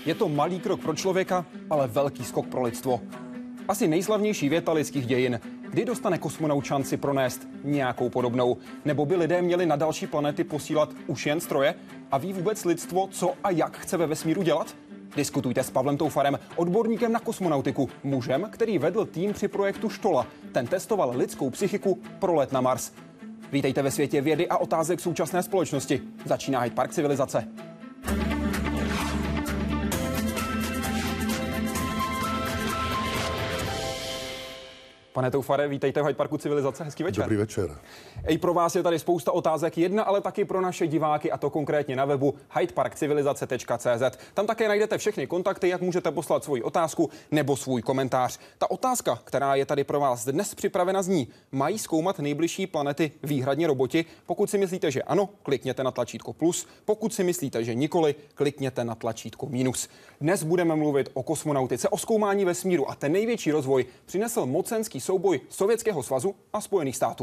Je to malý krok pro člověka, ale velký skok pro lidstvo. Asi nejslavnější věta lidských dějin. Kdy dostane kosmonaut šanci pronést nějakou podobnou? Nebo by lidé měli na další planety posílat už jen stroje? A ví vůbec lidstvo, co a jak chce ve vesmíru dělat? Diskutujte s Pavlem Toufarem, odborníkem na kosmonautiku, mužem, který vedl tým při projektu Štola. Ten testoval lidskou psychiku pro let na Mars. Vítejte ve světě vědy a otázek současné společnosti. Začíná Hyde Park civilizace. Pane Toufare, vítejte v Hyde Parku civilizace. Hezký večer. Dobrý večer. I pro vás je tady spousta otázek, jedna ale taky pro naše diváky, a to konkrétně na webu hydeparkcivilizace.cz. Tam také najdete všechny kontakty, jak můžete poslat svoji otázku nebo svůj komentář. Ta otázka, která je tady pro vás dnes připravena, zní: mají zkoumat nejbližší planety výhradně roboti? Pokud si myslíte, že ano, klikněte na tlačítko plus. Pokud si myslíte, že nikoli, klikněte na tlačítko minus. Dnes budeme mluvit o kosmonautice, o zkoumání vesmíru, a ten největší rozvoj přinesl mocenský souboj Sovětského svazu a Spojených států.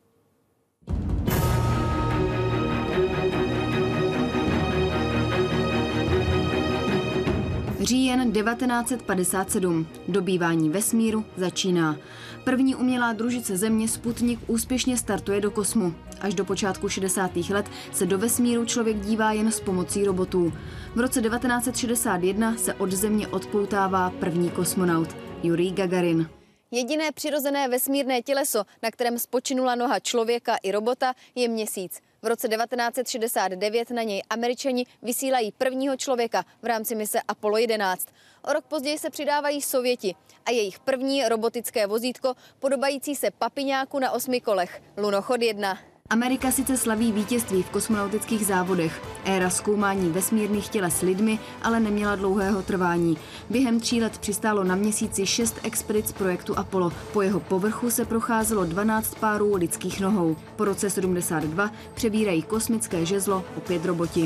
Říjen 1957. Dobývání vesmíru začíná. První umělá družice Země Sputnik úspěšně startuje do kosmu. Až do počátku 60. let se do vesmíru člověk dívá jen s pomocí robotů. V roce 1961 se od Země odpoutává první kosmonaut Jurij Gagarin. Jediné přirozené vesmírné těleso, na kterém spočinula noha člověka i robota, je Měsíc. V roce 1969 na něj Američani vysílají prvního člověka v rámci mise Apollo 11. O rok později se přidávají Sověti a jejich první robotické vozítko, podobající se papiňáku na 8 kolech, Lunochod 1. Amerika sice slaví vítězství v kosmonautických závodech. Éra zkoumání vesmírných těles lidmi ale neměla dlouhého trvání. Během 3 let přistálo na Měsíci 6 expedic projektu Apollo. Po jeho povrchu se procházelo 12 párů lidských nohou. Po roce 72 přebírají kosmické žezlo opět roboti.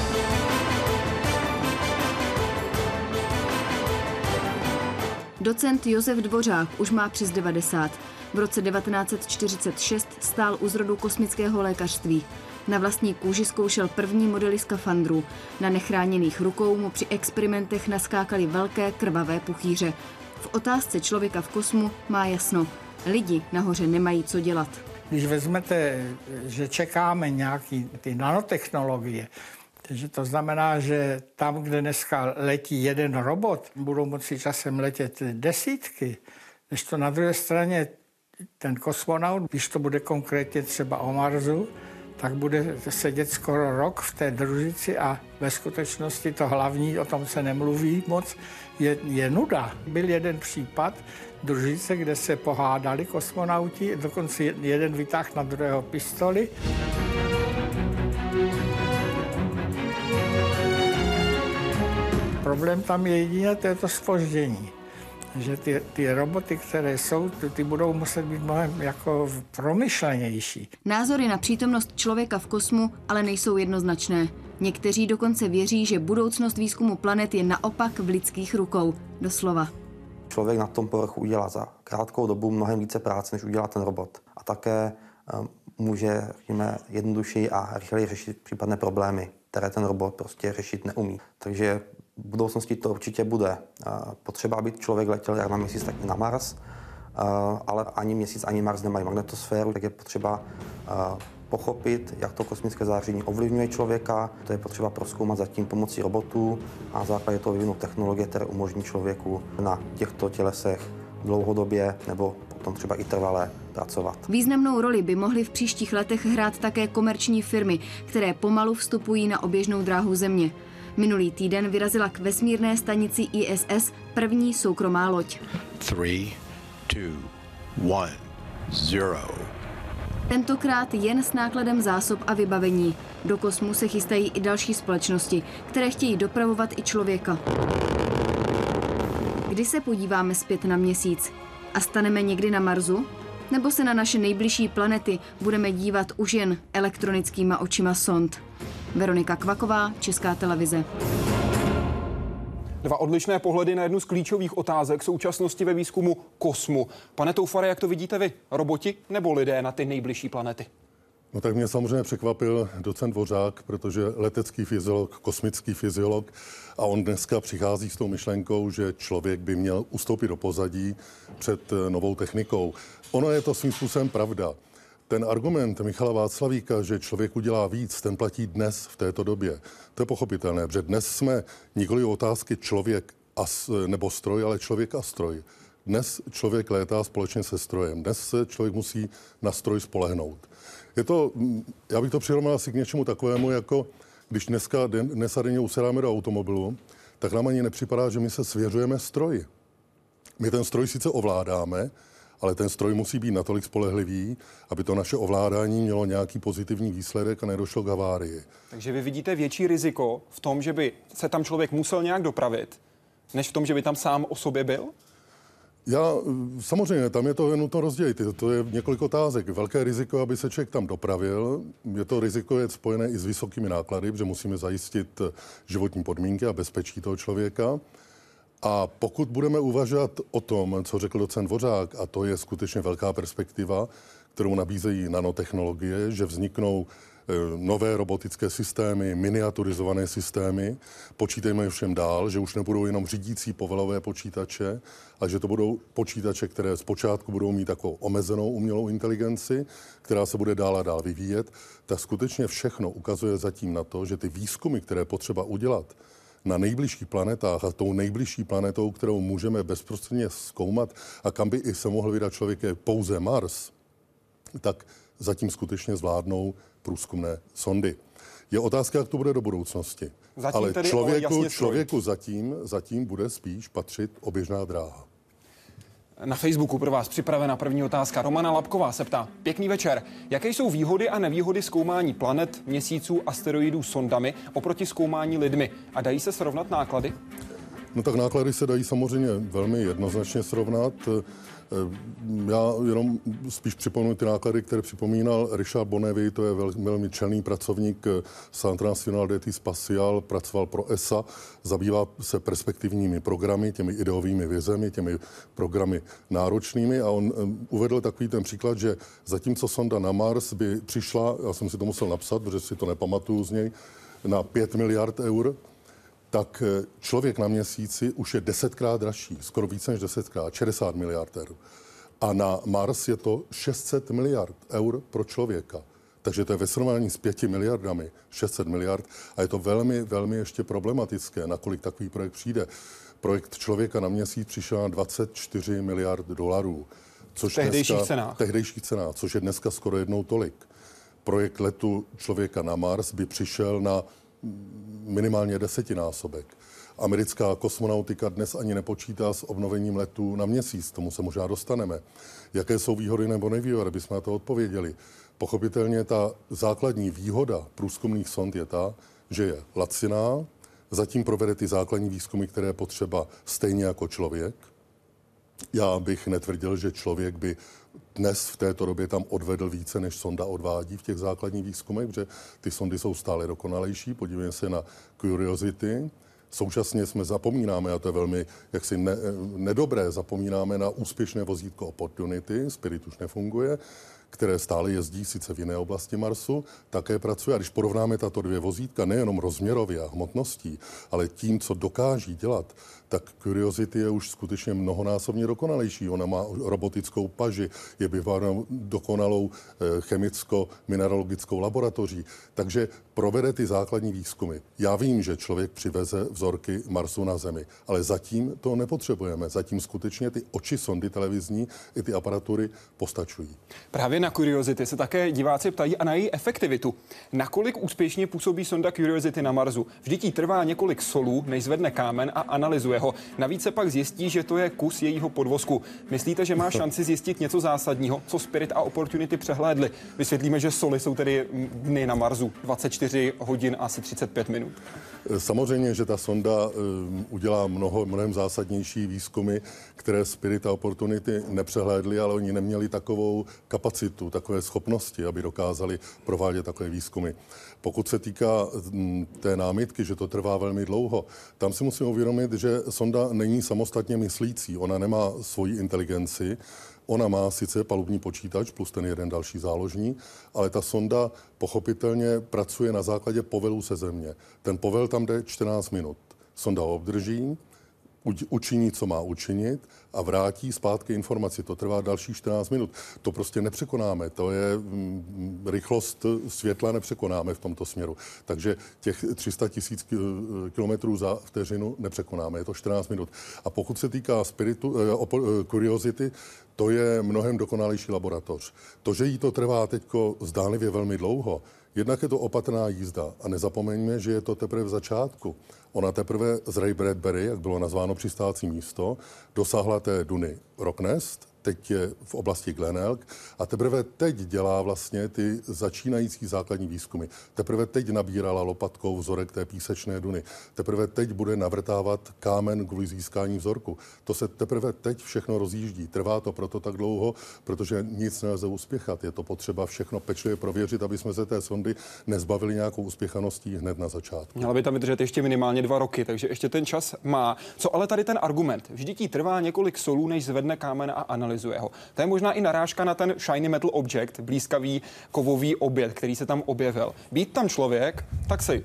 Docent Josef Dvořák už má přes 90. V roce 1946 stál u zrodu kosmického lékařství. Na vlastní kůži zkoušel první modely skafandrů. Na nechráněných rukou mu při experimentech naskákaly velké krvavé puchýře. V otázce člověka v kosmu má jasno. Lidi nahoře nemají co dělat. Když vezmete, že čekáme nějaký ty nanotechnologie, takže to znamená, že tam, kde dneska letí jeden robot, budou moci časem letět desítky, než to na druhé straně ten kosmonaut, když to bude konkrétně třeba o Marsu, tak bude sedět skoro rok v té družici a ve skutečnosti to hlavní, o tom se nemluví moc, je nuda. Byl jeden případ družice, kde se pohádali kosmonauti, dokonce jeden vytáhl na druhého pistoli. Problém tam je jediné, to je to zpoždění. Že ty roboty, které jsou, ty budou muset být mnohem jako promyšlenější. Názory na přítomnost člověka v kosmu ale nejsou jednoznačné. Někteří dokonce věří, že budoucnost výzkumu planet je naopak v lidských rukou. Doslova. Člověk na tom povrchu udělá za krátkou dobu mnohem více práce, než udělá ten robot. A také může, řekněme, jednodušeji a rychleji řešit případné problémy, které ten robot prostě řešit neumí. Takže v budoucnosti to určitě bude potřeba, aby člověk letěl jak na Měsíc, tak i na Mars, ale ani Měsíc, ani Mars nemají magnetosféru, tak je potřeba pochopit, jak to kosmické záření ovlivňuje člověka. To je potřeba prozkoumat zatím pomocí robotů a na základě toho vyvinout technologie, které umožní člověku na těchto tělesech dlouhodobě nebo potom třeba i trvalé pracovat. Významnou roli by mohly v příštích letech hrát také komerční firmy, které pomalu vstupují na oběžnou dráhu Země. Minulý týden vyrazila k vesmírné stanici ISS první soukromá loď. 3, 2, 1, 0. Tentokrát jen s nákladem zásob a vybavení. Do kosmu se chystají i další společnosti, které chtějí dopravovat i člověka. Kdy se podíváme zpět na Měsíc? A staneme někdy na Marsu? Nebo se na naše nejbližší planety budeme dívat už jen elektronickýma očima sond? Veronika Kvaková, Česká televize. Dva odlišné pohledy na jednu z klíčových otázek současnosti ve výzkumu kosmu. Pane Toufare, jak to vidíte vy? Roboti nebo lidé na ty nejbližší planety? No tak mě samozřejmě překvapil docent Dvořák, protože letecký fyziolog, kosmický fyziolog, a on dneska přichází s tou myšlenkou, že člověk by měl ustoupit do pozadí před novou technikou. Ono je to svým způsobem pravda. Ten argument Michala Václavíka, že člověk udělá víc, ten platí dnes v této době. To je pochopitelné, protože dnes jsme nikoli otázky člověk nebo stroj, ale člověk a stroj. Dnes člověk létá společně se strojem. Dnes se člověk musí na stroj spolehnout. Je to, já bych to přirovnal asi k něčemu takovému, jako když dnes a denně usedáme do automobilu, tak nám ani nepřipadá, že my se svěřujeme stroji. My ten stroj sice ovládáme, ale ten stroj musí být natolik spolehlivý, aby to naše ovládání mělo nějaký pozitivní výsledek a nedošlo k havárii. Takže vy vidíte větší riziko v tom, že by se tam člověk musel nějak dopravit, než v tom, že by tam sám o sobě byl? Samozřejmě, tam je to nutno rozdělit. To je několik otázek. Velké riziko, aby se člověk tam dopravil. Riziko je spojené i s vysokými náklady, protože musíme zajistit životní podmínky a bezpečí toho člověka. A pokud budeme uvažovat o tom, co řekl docent Dvořák, a to je skutečně velká perspektiva, kterou nabízejí nanotechnologie, že vzniknou nové robotické systémy, miniaturizované systémy. Počítejme všem dál, že už nebudou jenom řídící povelové počítače, ale že to budou počítače, které zpočátku budou mít takovou omezenou umělou inteligenci, která se bude dál a dál vyvíjet. Tak skutečně všechno ukazuje zatím na to, že ty výzkumy, které potřeba udělat na nejbližších planetách a tou nejbližší planetou, kterou můžeme bezprostředně zkoumat a kam by i se mohl vydat člověk, je pouze Mars, tak zatím skutečně zvládnou průzkumné sondy. Je otázka, jak to bude do budoucnosti. Ale člověku zatím bude spíš patřit oběžná dráha. Na Facebooku pro vás připravena první otázka. Romana Lapková se ptá: pěkný večer. Jaké jsou výhody a nevýhody zkoumání planet, měsíců, asteroidů sondami oproti zkoumání lidmi? A dají se srovnat náklady? No tak náklady se dají samozřejmě velmi jednoznačně srovnat. Já jenom spíš připomenu ty náklady, které připomínal Richard Bonnevie, to je velmi čelný pracovník Centre National d'Études Spatiales, pracoval pro ESA, zabývá se perspektivními programy, těmi ideovými vizemi, těmi programy náročnými a on uvedl takový ten příklad, že zatímco sonda na Mars by přišla, já jsem si to musel napsat, protože si to nepamatuju z něj, na 5 miliard eur, tak člověk na měsíci už je 10krát dražší, skoro více než 10krát, 60 miliard eur. A na Mars je to 600 miliard eur pro člověka. Takže to je ve srovnání s 5 miliardami 600 miliard a je to velmi, velmi ještě problematické, nakolik takový projekt přijde. Projekt člověka na měsíc přišel na 24 miliard dolarů. Což tehdejších cenách, což je dneska skoro jednou tolik. Projekt letu člověka na Mars by přišel na minimálně 10násobek. Americká kosmonautika dnes ani nepočítá s obnovením letů na měsíc, tomu se možná dostaneme. Jaké jsou výhody nebo nevýhody, abychom na to odpověděli? Pochopitelně ta základní výhoda průzkumných sond je ta, že je laciná, zatím provede ty základní výzkumy, které je potřeba stejně jako člověk. Já bych netvrdil, že člověk by dnes v této době tam odvedl více, než sonda odvádí v těch základních výzkumech, protože ty sondy jsou stále dokonalejší. Podívejme se na Curiosity. Současně zapomínáme, a to je velmi jaksi nedobré, zapomínáme na úspěšné vozítko Opportunity, Spirit už nefunguje, které stále jezdí sice v jiné oblasti Marsu, také pracuje. A když porovnáme tato dvě vozítka nejenom rozměrově a hmotností, ale tím, co dokáží dělat, tak Curiosity je už skutečně mnohonásobně dokonalejší. Ona má robotickou paži, je vybavenou dokonalou chemicko-mineralogickou laboratoří. Takže provede ty základní výzkumy. Já vím, že člověk přiveze vzorky Marsu na Zemi, ale zatím to nepotřebujeme. Zatím skutečně ty oči sondy televizní i ty aparatury postačují. Právě na Curiosity se také diváci ptají a na její efektivitu. Nakolik úspěšně působí sonda Curiosity na Marsu? Vždyť jí trvá několik solů, než zvedne kámen a analyzuje ho. Navíc se pak zjistí, že to je kus jejího podvozku. Myslíte, že má šanci zjistit něco zásadního, co Spirit a Opportunity přehlédli? Vysvětlíme, že soly jsou tedy dny na Marsu 24 hodin asi 35 minut. Samozřejmě, že ta sonda udělá mnohem zásadnější výzkumy, které Spirit a Opportunity nepřehlédly, ale oni neměli takovou kapacitu, takové schopnosti, aby dokázali provádět takové výzkumy. Pokud se týká té námitky, že to trvá velmi dlouho, tam si musím uvědomit, že sonda není samostatně myslící. Ona nemá svoji inteligenci. Ona má sice palubní počítač plus ten jeden další záložní, ale ta sonda pochopitelně pracuje na základě povelu se Země. Ten povel tam jde 14 minut. Sonda ho obdrží, učiní, co má učinit a vrátí zpátky informaci. To trvá další 14 minut. To prostě nepřekonáme. To je rychlost světla nepřekonáme v tomto směru. Takže těch 300 000 kilometrů za vteřinu nepřekonáme. Je to 14 minut. A pokud se týká Curiosity, to je mnohem dokonalejší laboratoř. To, že jí to trvá teďko zdánlivě velmi dlouho, jednak je to opatrná jízda a nezapomeňme, že je to teprve v začátku. Ona teprve z Ray Bradbury, jak bylo nazváno přistávací místo, dosáhla té duny Rocknest, teď je v oblasti Glen Elk a teprve teď dělá vlastně ty začínající základní výzkumy. Teprve teď nabírala lopatkou vzorek té písečné duny. Teprve teď bude navrtávat kámen kvůli získání vzorku. To se teprve teď všechno rozjíždí. Trvá to proto tak dlouho, protože nic nelze uspěchat. Je to potřeba všechno pečlivě prověřit, aby jsme se té sondy nezbavili nějakou uspěchaností hned na začátku. Měla by tam vydržet ještě minimálně 2 roky, takže ještě ten čas má. Co ale tady ten argument? Vždyť jí trvá několik solů, než zvedne kámen a analyzuje ho. To je možná i narážka na ten shiny metal object, blýskavý kovový objekt, který se tam objevil. Být tam člověk, tak si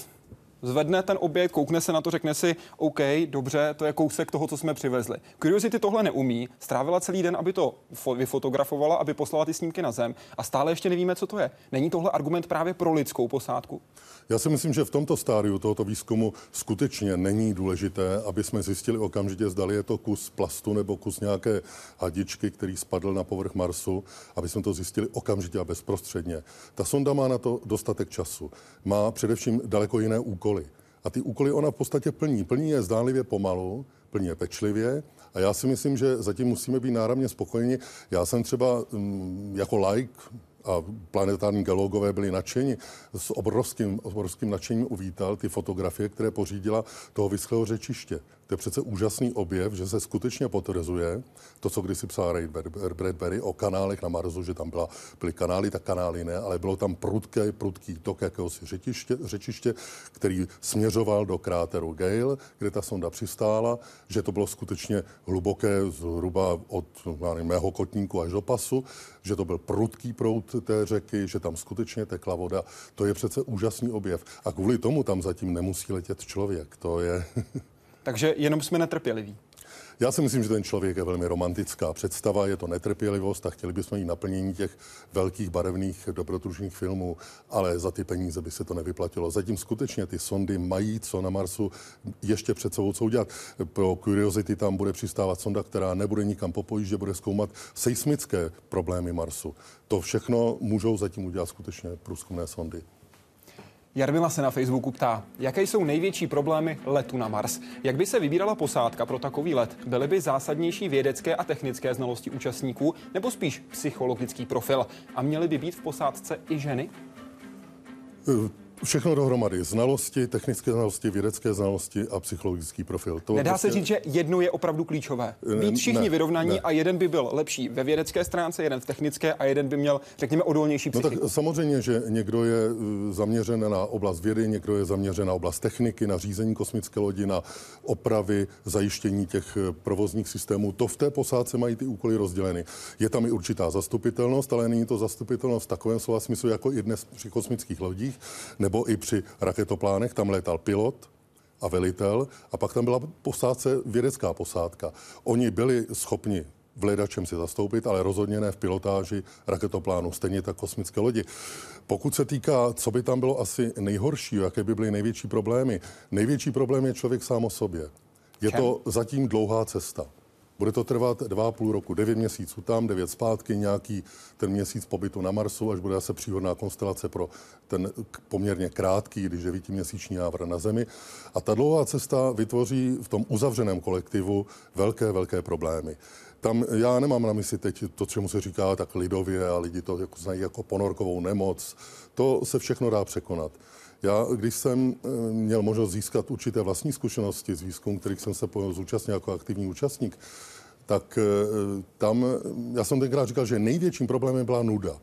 zvedne ten objekt, koukne se na to, řekne si, OK, dobře, to je kousek toho, co jsme přivezli. Curiosity tohle neumí, strávila celý den, aby to vyfotografovala, aby poslala ty snímky na Zem a stále ještě nevíme, co to je. Není tohle argument právě pro lidskou posádku? Já si myslím, že v tomto stádiu tohoto výzkumu skutečně není důležité, aby jsme zjistili okamžitě, zdali je to kus plastu nebo kus nějaké hadičky, který spadl na povrch Marsu, aby jsme to zjistili okamžitě a bezprostředně. Ta sonda má na to dostatek času. Má především daleko jiné úkoly. A ty úkoly ona v podstatě plní. Plní je zdánlivě pomalu, plní je pečlivě a já si myslím, že zatím musíme být náramně spokojeni. Já jsem třeba jako laik a planetární geologové byli nadšeni, s obrovským nadšením uvítal ty fotografie, které pořídila toho vyschlého řečiště. To je přece úžasný objev, že se skutečně potvrzuje to, co kdysi psal Ray Bradbury o kanálech na Marsu, že tam byly kanály, tak kanály ne, ale bylo tam prudký tok jakéhosi řečiště, který směřoval do kráteru Gale, kde ta sonda přistála, že to bylo skutečně hluboké, zhruba od mého kotníku až do pasu, že to byl prudký proud té řeky, že tam skutečně tekla voda. To je přece úžasný objev. A kvůli tomu tam zatím nemusí letět člověk. To je... Takže jenom jsme netrpěliví. Já si myslím, že ten člověk je velmi romantická představa, je to netrpělivost a chtěli bychom jí naplnění těch velkých barevných dobrodružných filmů, ale za ty peníze by se to nevyplatilo. Zatím skutečně ty sondy mají co na Marsu ještě před sebou co udělat. Pro Curiosity tam bude přistávat sonda, která nebude nikam po pojíždě, bude zkoumat seismické problémy Marsu. To všechno můžou zatím udělat skutečně průzkumné sondy. Jarmila se na Facebooku ptá, jaké jsou největší problémy letu na Mars? Jak by se vybírala posádka pro takový let? Byly by zásadnější vědecké a technické znalosti účastníků nebo spíš psychologický profil? A měly by být v posádce i ženy? Všechno dohromady. Znalosti, technické znalosti, vědecké znalosti a psychologický profil. To nedá se říct, že jedno je opravdu klíčové. Být všichni vyrovnaní a jeden by byl lepší ve vědecké stránce, jeden v technické a jeden by měl, řekněme, odolnější psychiku. No tak samozřejmě, že někdo je zaměřen na oblast vědy, někdo je zaměřen na oblast techniky, na řízení kosmické lodi, na opravy, zajištění těch provozních systémů. To v té posádce mají ty úkoly rozděleny. Je tam i určitá zastupitelnost, ale není to zastupitelnost v takovém slova smyslu, jako i dnes při kosmických lodích, nebo i při raketoplánech, tam létal pilot a velitel a pak tam byla posádce, vědecká posádka. Oni byli schopni v ledačem si zastoupit, ale rozhodně ne v pilotáži raketoplánu, stejně tak kosmické lodi. Pokud se týká, co by tam bylo asi nejhorší, jaké by byly největší problémy, největší problém je člověk sám o sobě. Je to zatím dlouhá cesta. Bude to trvat 2,5 roku, 9 měsíců tam, 9 zpátky, nějaký ten měsíc pobytu na Marsu, až bude zase příhodná konstelace pro ten poměrně krátký, když 9měsíční návrat na Zemi. A ta dlouhá cesta vytvoří v tom uzavřeném kolektivu velké problémy. Tam já nemám na mysli teď to, čemu se říká tak lidově a lidi to jako znají jako ponorkovou nemoc. To se všechno dá překonat. Já, když jsem měl možnost získat určité vlastní zkušenosti z výzkumu, kterých jsem se zúčastnil jako aktivní účastník, tak tam, já jsem tenkrát říkal, že největším problémem byla nuda.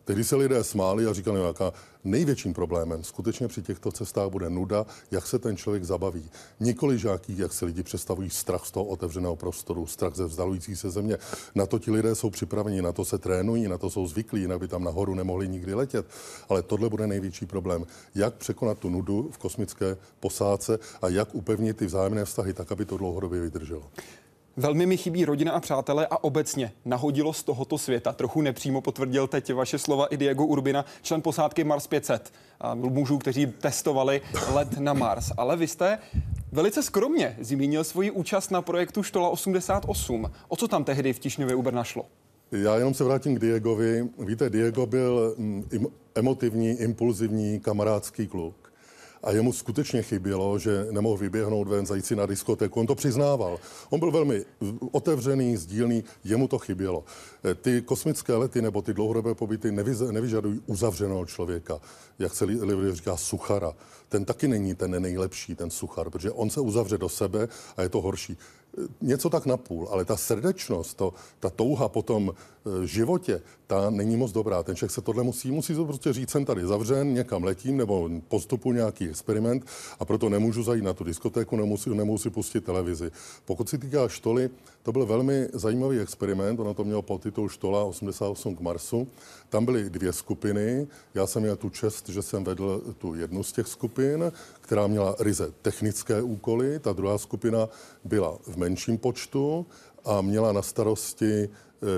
Tehdy se lidé smáli a říkali, jaká největším problémem skutečně při těchto cestách bude nuda, jak se ten člověk zabaví. Nikoli žádný, jak se lidi představují, strach z toho otevřeného prostoru, strach ze vzdalující se země. Na to ti lidé jsou připraveni, na to se trénují, na to jsou zvyklí, jinak by tam nahoru nemohli nikdy letět. Ale tohle bude největší problém. Jak překonat tu nudu v kosmické posádce a jak upevnit ty vzájemné vztahy tak, aby to dlouhodobě vydrželo. Velmi mi chybí rodina a přátelé a obecně nahodilo z tohoto světa. Trochu nepřímo potvrdil teď vaše slova i Diego Urbina, člen posádky Mars 500, mužů, kteří testovali let na Mars. Ale vy jste velice skromně zmínil svoji účast na projektu Štola 88. O co tam tehdy v Tišňově u Brna šlo? Já jenom se vrátím k Diegovi. Víte, Diego byl emotivní, impulzivní, kamarádský kluk. A jemu skutečně chybělo, že nemohl vyběhnout ven, zajít si na diskotéku. On to přiznával. On byl velmi otevřený, sdílný, jemu to chybělo. Ty kosmické lety nebo ty dlouhodobé pobyty nevyžadují uzavřeného člověka, jak se lidé říká suchara. Ten taky není ten nejlepší, ten suchar, protože on se uzavře do sebe a je to horší. Něco tak napůl, ale ta srdečnost, ta touha po tom životě, ta není moc dobrá. Ten člověk se tohle musí to prostě říct, jsem tady zavřen, někam letím nebo postupu nějaký experiment a proto nemůžu zajít na tu diskotéku, nemůžu si pustit televizi. Pokud si týká štoly, to byl velmi zajímavý experiment, ono to mělo podtitul Štola 88 k Marsu. Tam byly 2 skupiny, já jsem měl tu čest, že jsem vedl tu jednu z těch skupin, která měla ryze technické úkoly, ta druhá skupina byla v menším počtu a měla na starosti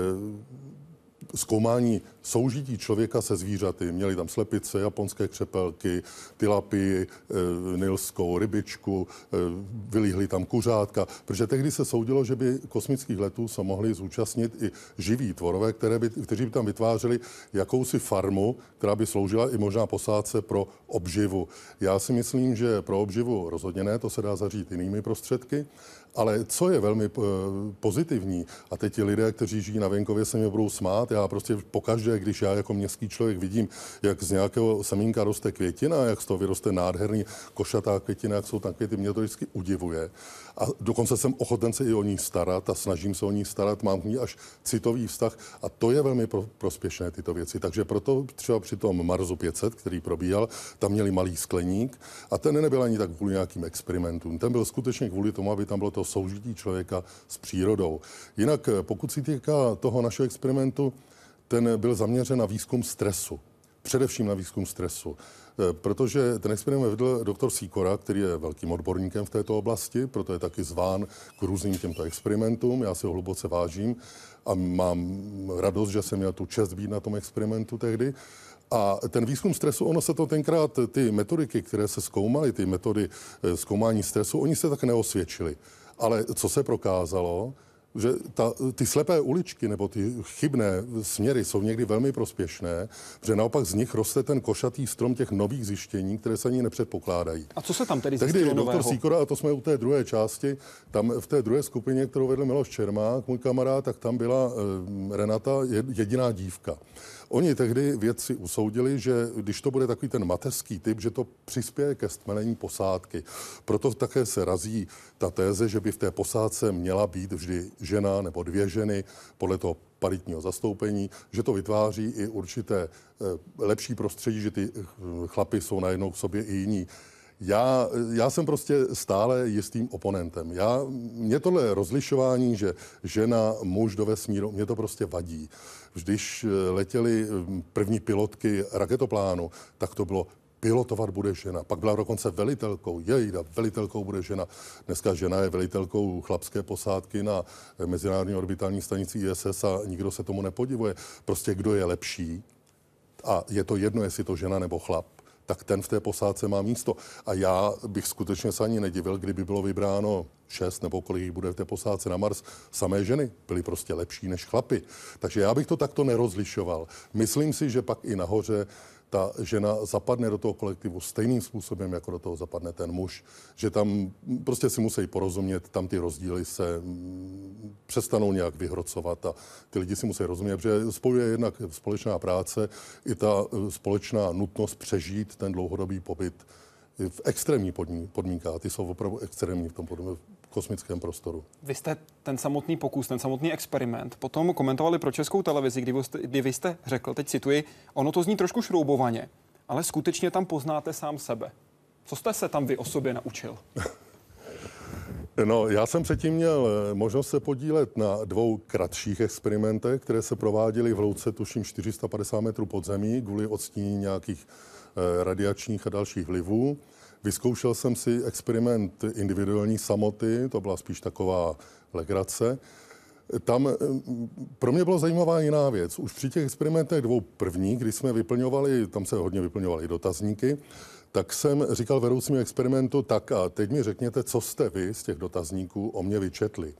zkoumání soužití člověka se zvířaty. Měli tam slepice, japonské křepelky, tilapii, nilskou rybičku, vylíhli tam kuřátka, protože tehdy se soudilo, že by kosmických letů se mohli zúčastnit i živí tvorové, kteří by tam vytvářeli jakousi farmu, která by sloužila i možná posádce pro obživu. Já si myslím, že pro obživu rozhodně ne, to se dá zařídit jinými prostředky. Ale co je velmi pozitivní, a teď ti lidé, kteří žijí na venkově, se mě budou smát, já prostě pokaždé, když já jako městský člověk vidím, jak z nějakého semínka roste květina, jak z toho vyroste nádherný košatá květina, jak jsou tam květy, mě to vždycky udivuje. A dokonce jsem ochoten se i o ní starat a snažím se o ní starat, mám k ní až citový vztah a to je velmi prospěšné tyto věci. Takže proto třeba při tom Marsu 500, který probíhal, tam měli malý skleník a ten nebyl ani tak kvůli nějakým experimentům. Ten byl skutečně kvůli tomu, aby tam bylo to soužití člověka s přírodou. Jinak, pokud si týká toho našeho experimentu, ten byl zaměřen na výzkum stresu. Především na výzkum stresu. Protože ten experiment vedl doktor Sýkora, který je velkým odborníkem v této oblasti, proto je taky zván k různým těmto experimentům. Já si ho hluboce vážím a mám radost, že jsem měl tu čest být na tom experimentu tehdy. A ten výzkum stresu, ono se to tenkrát, ty metodiky, které se zkoumaly, ty metody zkoumání stresu, oni se tak neosvědčily. Ale co se prokázalo, že ty slepé uličky nebo ty chybné směry jsou někdy velmi prospěšné, protože naopak z nich roste ten košatý strom těch nových zjištění, které se ani nepředpokládají. A co se tam tedy zjistilo nového? Tehdy doktor Sýkora, a to jsme u té druhé části, tam v té druhé skupině, kterou vedl Miloš Čermák, můj kamarád, tak tam byla Renata jediná dívka. Oni tehdy vědci usoudili, že když to bude takový ten mateřský typ, že to přispěje ke stmelení posádky. Proto také se razí ta téze, že by v té posádce měla být vždy žena nebo 2 ženy podle toho paritního zastoupení, že to vytváří i určité lepší prostředí, že ty chlapy jsou najednou k sobě i jiní. Já jsem prostě stále jistým oponentem. Mě tohle rozlišování, že žena, muž do vesmíru, mě to prostě vadí. Když letěly první pilotky raketoplánu, tak to bylo pilotovat bude žena. Pak byla dokonce velitelkou. Velitelkou bude žena. Dneska žena je velitelkou chlapské posádky na mezinárodní orbitální stanici ISS a nikdo se tomu nepodivuje. Prostě kdo je lepší, a je to jedno, jestli to žena nebo chlap, tak ten v té posádce má místo. A já bych skutečně se ani nedivil, kdyby bylo vybráno 6 nebo kolik jich bude v té posádce na Mars, samé ženy byly prostě lepší než chlapy. Takže já bych to takto nerozlišoval. Myslím si, že pak i nahoře ta žena zapadne do toho kolektivu stejným způsobem, jako do toho zapadne ten muž, že tam prostě si musí porozumět, tam ty rozdíly se přestanou nějak vyhrocovat a ty lidi si musí rozumět, protože spojuje jednak společná práce i ta společná nutnost přežít ten dlouhodobý pobyt v extrémních podmínkách. Ty jsou opravdu extrémní v tom kosmickém prostoru. Vy jste ten samotný pokus, ten samotný experiment potom komentovali pro Českou televizi, kdy vy jste řekl, teď cituji, ono to zní trošku šroubovaně, ale skutečně tam poznáte sám sebe. Co jste se tam vy o sobě naučil? No, já jsem předtím měl možnost se podílet na 2 kratších experimentech, které se prováděly v hloubce tuším 450 metrů pod zemí kvůli odstínění nějakých radiačních a dalších vlivů. Vyzkoušel jsem si experiment individuální samoty, to byla spíš taková legrace. Tam pro mě byla zajímavá jiná věc. Už při těch experimentech 2 prvních, kdy jsme vyplňovali, tam se hodně vyplňovaly dotazníky, tak jsem říkal vedoucímu experimentu, tak a teď mi řekněte, co jste vy z těch dotazníků o mě vyčetli.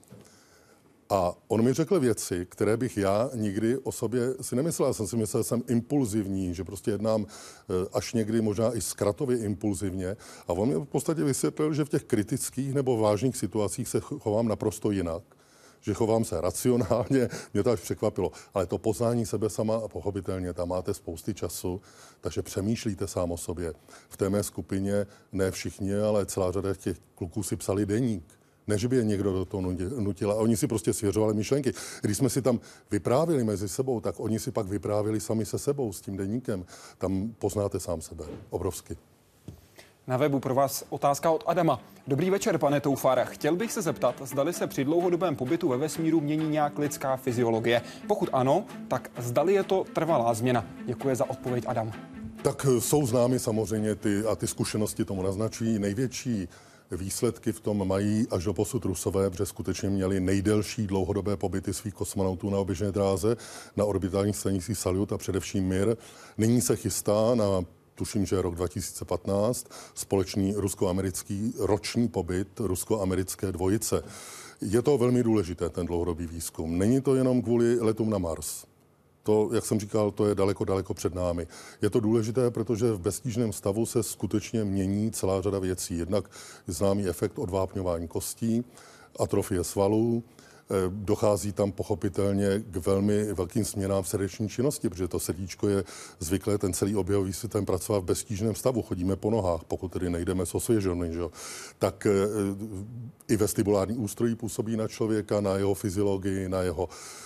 A on mi řekl věci, které bych já nikdy o sobě si nemyslel. Já jsem si myslel, že jsem impulzivní, že prostě jednám až někdy možná i zkratově impulzivně. A on mi v podstatě vysvětlil, že v těch kritických nebo vážných situacích se chovám naprosto jinak. Že chovám se racionálně, mě to až překvapilo. Ale to poznání sebe sama a pochopitelně, tam máte spousty času, takže přemýšlíte sám o sobě. V té mé skupině ne všichni, ale celá řada těch kluků si psali deník. Než by je někdo do toho nutil. A oni si prostě svěřovali myšlenky. Když jsme si tam vyprávěli mezi sebou, tak oni si pak vyprávěli sami se sebou s tím deníkem. Tam poznáte sám sebe. Obrovsky. Na webu pro vás otázka od Adama. Dobrý večer, pane Toufare. Chtěl bych se zeptat, zdali se při dlouhodobém pobytu ve vesmíru mění nějak lidská fyziologie. Pokud ano, tak zdali je to trvalá změna. Děkuji za odpověď, Adam. Tak jsou známy samozřejmě ty zkušenosti tomu naznačují. Největší výsledky v tom mají až do posud Rusové, protože skutečně měli nejdelší dlouhodobé pobyty svých kosmonautů na oběžné dráze, na orbitálních stanicích Salyut a především Mir. Nyní se chystá na tuším, že rok 2015, společný rusko-americký roční pobyt rusko-americké dvojice. Je to velmi důležité, ten dlouhodobý výzkum. Není to jenom kvůli letům na Mars. To, jak jsem říkal, to je daleko, daleko před námi. Je to důležité, protože v beztížném stavu se skutečně mění celá řada věcí. Jednak známý efekt odvápňování kostí, atrofie svalů, dochází tam pochopitelně k velmi velkým změnám v srdeční činnosti, protože to srdíčko je zvyklé ten celý oběhový systém pracovat v beztížném stavu. Chodíme po nohách, pokud tedy nejdeme s osvěžovny, tak i vestibulární ústrojí působí na člověka, na jeho fyziologii, na jeho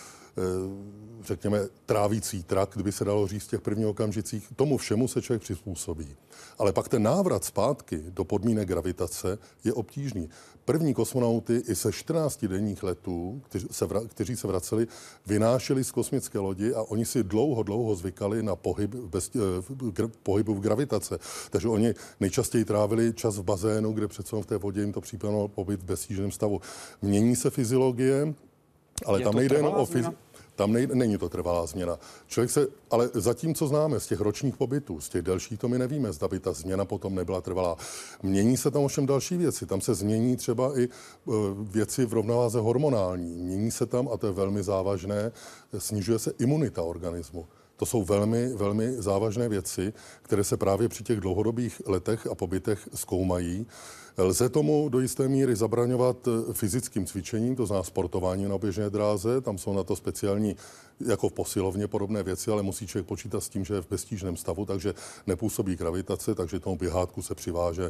řekněme, trávící trakt, kdyby se dalo říct v těch prvních okamžicích, tomu všemu se člověk přizpůsobí. Ale pak ten návrat zpátky do podmínek gravitace je obtížný. První kosmonauty i se 14denních letů, kteří se vraceli, vynášeli z kosmické lodi a oni si dlouho zvykali na pohybu v gravitace. Takže oni nejčastěji trávili čas v bazénu, kde přece v té vodě jim to připadalo pobyt v beztížném stavu. Mění se fyziologie, ale tam nejde jenom o není to trvalá změna. Ale zatím, co známe z těch ročních pobytů, z těch delších, to my nevíme, zda by ta změna potom nebyla trvalá. Mění se tam ovšem další věci. Tam se změní třeba i věci v rovnováze hormonální. Mění se tam, a to je velmi závažné, snižuje se imunita organismu. To jsou velmi, velmi závažné věci, které se právě při těch dlouhodobých letech a pobytech zkoumají. Lze tomu do jisté míry zabraňovat fyzickým cvičením, to znamená sportování na oběžné dráze. Tam jsou na to speciální, jako v posilovně, podobné věci, ale musí člověk počítat s tím, že je v beztížném stavu, takže nepůsobí gravitace, takže tomu běhátku se přiváže,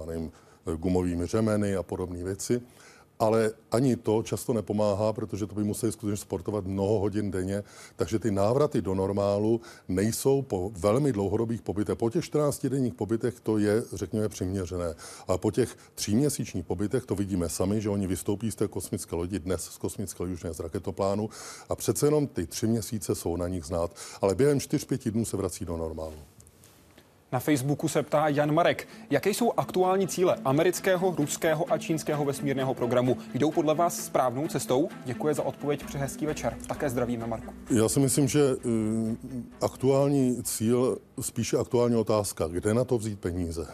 gumovými řemeny a podobné věci. Ale ani to často nepomáhá, protože to by museli skutečně sportovat mnoho hodin denně, takže ty návraty do normálu nejsou po velmi dlouhodobých pobytech. Po těch 14denních pobytech to je, řekněme, přiměřené. A po těch 3měsíčních pobytech to vidíme sami, že oni vystoupí z té kosmické lodi, dnes z kosmické lodi, už ne z raketoplánu, a přece jenom ty 3 měsíce jsou na nich znát, ale během 4-5 dnů se vrací do normálu. Na Facebooku se ptá Jan Marek, jaké jsou aktuální cíle amerického, ruského a čínského vesmírného programu? Jdou podle vás správnou cestou? Děkuji za odpověď, přeji hezký večer. Také zdravíme, Marku. Já si myslím, že aktuální cíl, spíše aktuální otázka, kde na to vzít peníze.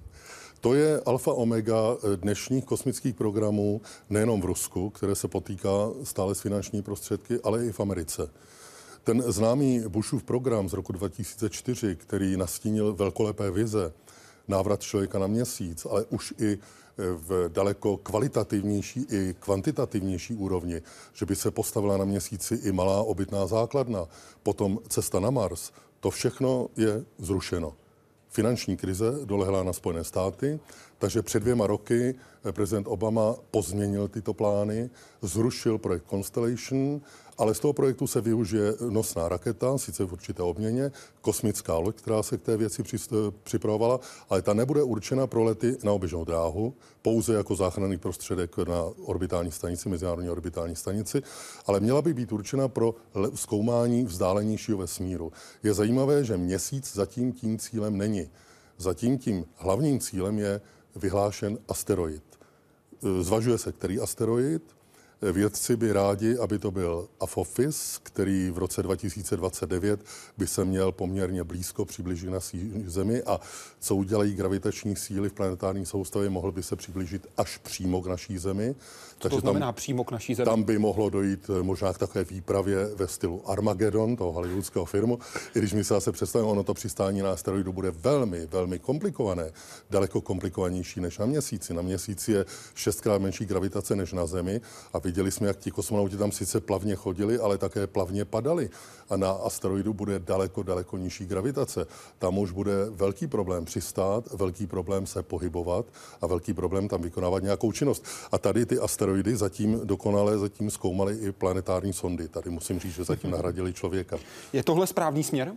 To je alfa omega dnešních kosmických programů, nejenom v Rusku, které se potýká stále s finanční prostředky, ale i v Americe. Ten známý Bushův program z roku 2004, který nastínil velkolepé vize, návrat člověka na Měsíc, ale už i v daleko kvalitativnější i kvantitativnější úrovni, že by se postavila na Měsíci i malá obytná základna, potom cesta na Mars, to všechno je zrušeno. Finanční krize dolehla na Spojené státy, Takže před 2 roky prezident Obama pozměnil tyto plány, zrušil projekt Constellation, ale z toho projektu se využije nosná raketa, sice v určité obměně, kosmická loď, která se k té věci připravovala, ale ta nebude určena pro lety na oběžnou dráhu, pouze jako záchranný prostředek na orbitální stanici, mezinárodní orbitální stanici, ale měla by být určena pro zkoumání vzdálenějšího vesmíru. Je zajímavé, že Měsíc zatím tím cílem není. Zatím tím hlavním cílem je vyhlášen asteroid. Zvažuje se, který asteroid. Vědci by rádi, aby to byl Apophis, který v roce 2029 by se měl poměrně blízko přiblížit na Zemi a co udělají gravitační síly v planetární soustavě, mohl by se přiblížit až přímo k naší Zemi. Co to znamená přímo k naší Zemi? Tam by mohlo dojít možná k takové výpravě ve stylu Armageddon, toho hollywoodského filmu. I když my se zase představíme, ono to přistání na asteroidu bude velmi, velmi komplikované. Daleko komplikovanější než na Měsíci. Na Měsíci je 6krát menší gravitace než na Zemi a viděli jsme, jak ti kosmonauti tam sice plavně chodili, ale také plavně padali. A na asteroidu bude daleko, daleko nižší gravitace. Tam už bude velký problém přistát, velký problém se pohybovat a velký problém tam vykonávat nějakou činnost. A tady ty asteroidy zatím zkoumaly i planetární sondy. Tady musím říct, že zatím nahradili člověka. Je tohle správný směr?